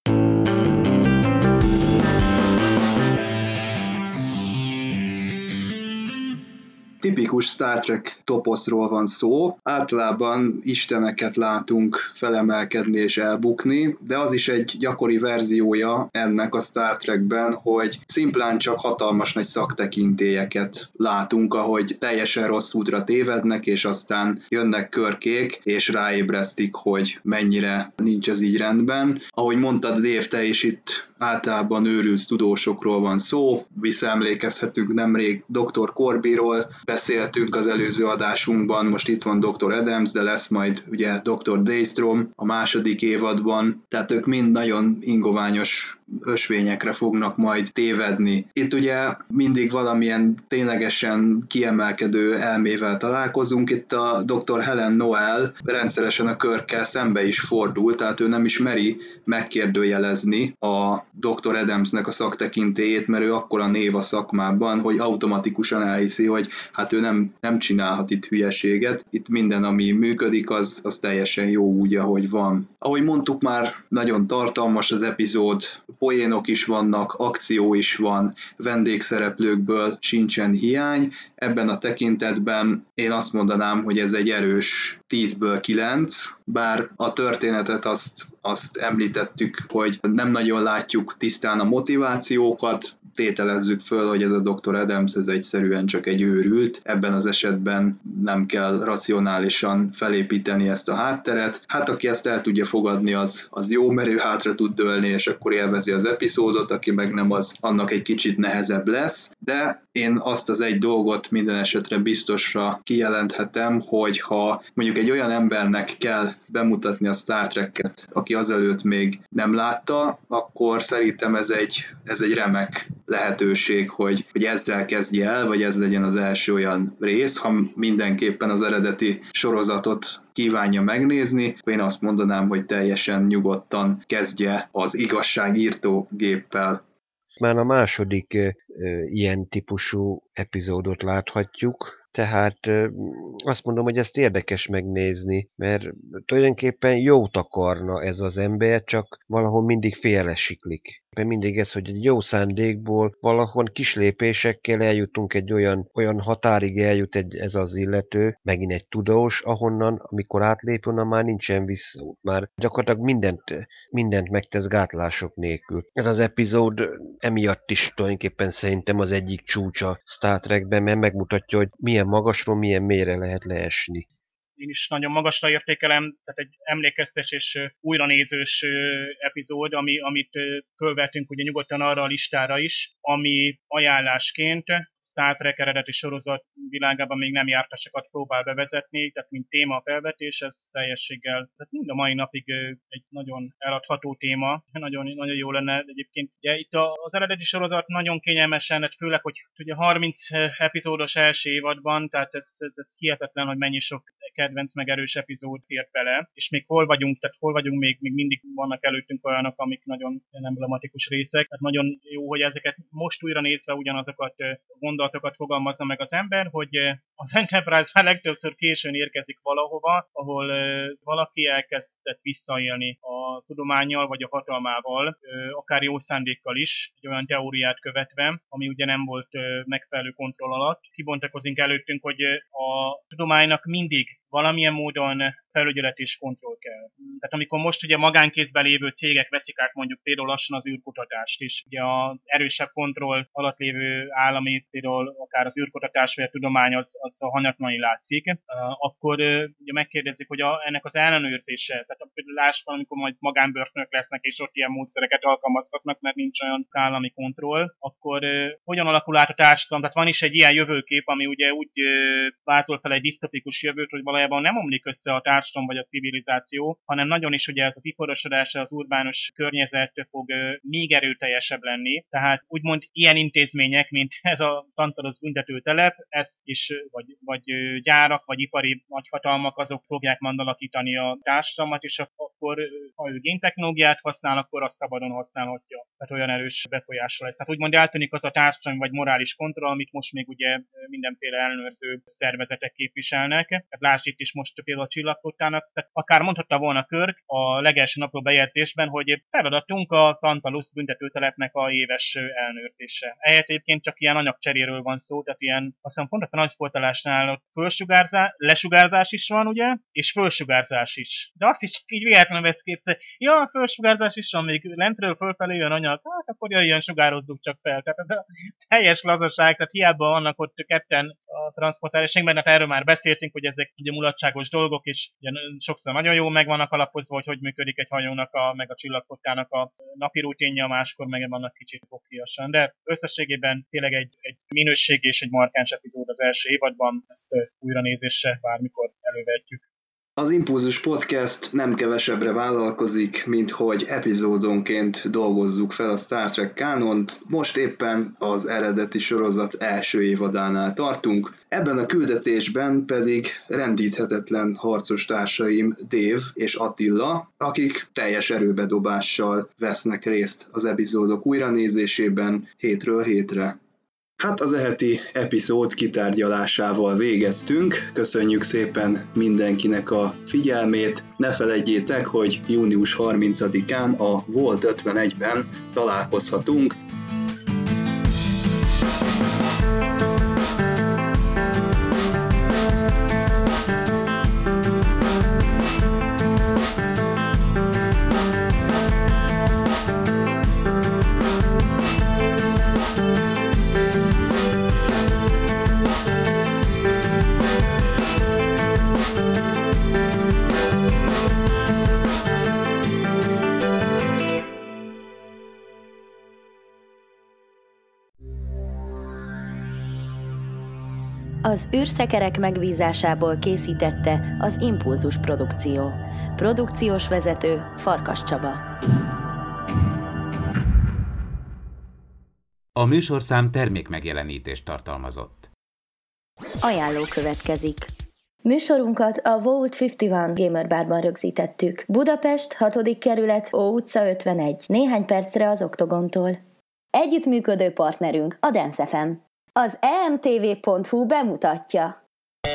Tipikus Star Trek toposzról van szó. Általában isteneket látunk felemelkedni és elbukni, de az is egy gyakori verziója ennek a Star Trekben, hogy szimplán csak hatalmas nagy szaktekintélyeket látunk, ahogy teljesen rossz útra tévednek, és aztán jönnek körkék, és ráébresztik, hogy mennyire nincs ez így rendben. Ahogy mondtad, Dave, te is itt általában őrült tudósokról van szó, visszaemlékezhetünk nemrég doktor Corbyról, beszéltünk az előző adásunkban, most itt van doktor Adams, de lesz majd ugye doktor Daystrom a második évadban, tehát ők mind nagyon ingoványos ösvényekre fognak majd tévedni. Itt ugye mindig valamilyen ténylegesen kiemelkedő elmével találkozunk, itt a doktor Helen Noel rendszeresen a Kirkkel szembe is fordul, tehát ő nem is meri megkérdőjelezni a doktor Adamsnek a szaktekintélyét, mert ő akkora név a szakmában, hogy automatikusan elhiszi, hogy hát ő nem, nem csinálhat itt hülyeséget. Itt minden, ami működik, az, az teljesen jó úgy, ahogy van. Ahogy mondtuk már, nagyon tartalmas az epizód, poénok is vannak, akció is van, vendégszereplőkből sincsen hiány. Ebben a tekintetben én azt mondanám, hogy ez egy erős tízből kilenc, bár a történetet azt, azt említettük, hogy nem nagyon látjuk tisztán a motivációkat, tételezzük föl, hogy ez a doktor Adams, ez egyszerűen csak egy őrült. Ebben az esetben nem kell racionálisan felépíteni ezt a hátteret. Hát aki ezt el tudja fogadni, az, az jó, mert ő hátra tud dőlni, és akkor élvezi az epizódot, aki meg nem, az annak egy kicsit nehezebb lesz. De én azt az egy dolgot minden esetre biztosra kijelenthetem, hogy ha mondjuk egy olyan embernek kell bemutatni a Star Trek-et, aki azelőtt még nem látta, akkor szerintem ez egy, ez egy remek lehetőség, hogy, hogy ezzel kezdje el, vagy ez legyen az első olyan rész, ha mindenképpen az eredeti sorozatot kívánja megnézni, én azt mondanám, hogy teljesen nyugodtan kezdje az igazságírtó géppel. Már a második e, ilyen típusú epizódot láthatjuk, tehát azt mondom, hogy ezt érdekes megnézni, mert tulajdonképpen jót akarna ez az ember, csak valahol mindig félresiklik. Mindig ez, hogy egy jó szándékból valahol kis lépésekkel eljutunk egy olyan, olyan határig eljut egy, ez az illető, megint egy tudós, ahonnan, amikor átlép, onnan már nincsen vissza. Már gyakorlatilag mindent, mindent megtesz gátlások nélkül. Ez az epizód emiatt is tulajdonképpen szerintem az egyik csúcsa Star Trekben, mert megmutatja, hogy milyen magasról, milyen mélyre lehet leesni. Én is nagyon magasra értékelem, tehát egy emlékeztes és újranézős epizód, ami, amit fölvettünk ugye nyugodtan arra a listára is, ami ajánlásként Star Trek eredeti sorozat világában még nem jártasokat próbál bevezetni, tehát mint téma felvetés, ez teljességgel, tehát mind a mai napig egy nagyon eladható téma, nagyon, nagyon jó lenne egyébként. Ugye itt az eredeti sorozat nagyon kényelmesen, hát főleg, hogy ugye harminc epizódos első évadban, tehát ez, ez, ez hihetetlen, hogy mennyi sok kedvenc meg erős epizód ért bele, és még hol vagyunk, tehát hol vagyunk, még, még mindig vannak előttünk olyanok, amik nagyon emblematikus részek, tehát nagyon jó, hogy ezeket most újra nézve ugyanazokat gondolatokat fogalmazza meg az ember, hogy az Enterprise már legtöbbször későn érkezik valahova, ahol valaki elkezdett visszaélni a tudománnyal vagy a hatalmával, akár jó szándékkal is, egy olyan teóriát követve, ami ugye nem volt megfelelő kontroll alatt. Kibontakozik előttünk, hogy a tudománynak mindig valamilyen módon felügyelet és kontroll kell. Tehát amikor most ugye magánkézben lévő cégek veszik át mondjuk például lassan az űrkutatást, és ugye a erősebb kontroll alatt lévő állami, például akár az űrkutatás vagy a tudomány az, az hanyatlani látszik, akkor ugye megkérdezik, hogy a, ennek az ellenőrzése, tehát például láss valamikor majd magánbörtönök lesznek, és ott ilyen módszereket alkalmazhatnak, mert nincs olyan állami kontroll, akkor hogyan alakul át a társadalom? Tehát van is egy ilyen jövőkép, ami ugye úgy vázol fel egy disztopikus jövőt, hogy valójában nem omlik össze a társadalom vagy a civilizáció, hanem nagyon is ugye ez az iparosodás, az urbánus környezet fog még erőteljesebb lenni. Tehát úgymond ilyen intézmények, mint ez a Tantalos büntetőtelep, ez is, vagy, vagy gyárak, vagy ipari nagyhatalmak, azok fogják majd alakítani a társadalmat, és akkor, ha ő géntechnológiát használ, akkor azt szabadon használhatja. Tehát olyan erős befolyással lesz. Tehát úgymond eltűnik az a társadalmi vagy morális kontroll, amit most még ugye mindenféle ellenőrző szervezetek képviselnek. Tehát lásd itt is most például a csillagflottának, tehát akár mondhatta volna Kirk a legelső napról bejegyzésben, hogy feladatunk a Tantalus büntetőtelepnek a éves ellenőrzése. Ehhez egyébként csak ilyen anyagcseréről van szó, tehát ilyen, azt hiszem pont a transzportálásnál ott fölsugárzás, lesugárzás is van, ugye, és fölsugárzás is. De azt is csak így véletlenül vesz képzel, ja, fölsugárzás is van, még lentről fölfelé jön anyag, hát akkor jöjjön, sugározzuk csak fel. Tehát ez a teljes lazaság, tehát hiába vannak ott ketten a transzportálásban, mert erről már beszéltünk, hogy ezek ugye mulatságos dolgok, és ugye sokszor nagyon jól meg vannak alapozva, hogy hogy működik egy hajónak, a, meg a csillagflottának a napi rutinja, máskor meg vannak kicsit pokriasan. De összességében tényleg egy, egy minőség és egy markáns epizód az első évadban, ezt újranézésre bármikor elővetjük. Az Impulzus Podcast nem kevesebbre vállalkozik, mint hogy epizódonként dolgozzuk fel a Star Trek kánont. Most éppen az eredeti sorozat első évadánál tartunk. Ebben a küldetésben pedig rendíthetetlen harcos társaim Dave és Attila, akik teljes erőbedobással vesznek részt az epizódok újranézésében hétről hétre. Hát az eheti epizód kitárgyalásával végeztünk. Köszönjük szépen mindenkinek a figyelmét. Ne feledjétek, hogy június harmincadikán a Volt ötvenegyben találkozhatunk. Az űrszekerek megbízásából készítette az Impulzus Produkció. Produkciós vezető Farkas Csaba. A műsorszám termékmegjelenítést tartalmazott. Ajánló következik. Műsorunkat a Vault ötvenegy Gamer Barban rögzítettük. Budapest, hatodik kerület, Ó utca ötvenegy. Néhány percre az Oktogontól. Együttműködő partnerünk a Dance ef em. Az e em té vé pont hú bemutatja.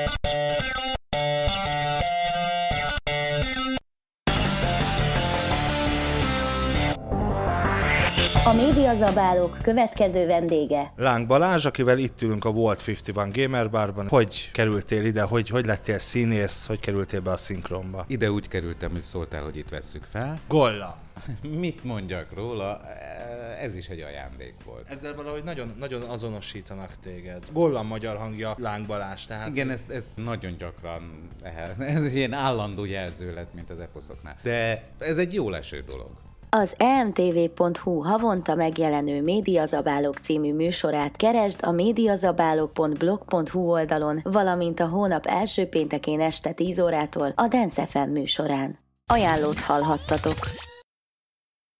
A médiazabálók következő vendége. Láng Balázs, akivel itt ülünk a Vault ötvenegy Gamer Barban. Hogy kerültél ide? Hogy, hogy lettél színész? Hogy kerültél be a szinkronba? Ide úgy kerültem, hogy szóltál, hogy itt vesszük fel. Golla! Mit mondjak róla? Ez is egy ajándék volt. Ezzel valahogy nagyon, nagyon azonosítanak téged. Golla magyar hangja, Láng Balázs, tehát... Igen, ez, ez nagyon gyakran, ez egy ilyen állandó jelző lett, mint az eposzoknál. De ez egy jól eső dolog. Az e em té vé pont hú havonta megjelenő Médiazabálók című műsorát keresd a médiazabálók pont blog pont hú oldalon, valamint a hónap első péntekén este tíz órától a Dance ef em műsorán. Ajánlót hallhattatok.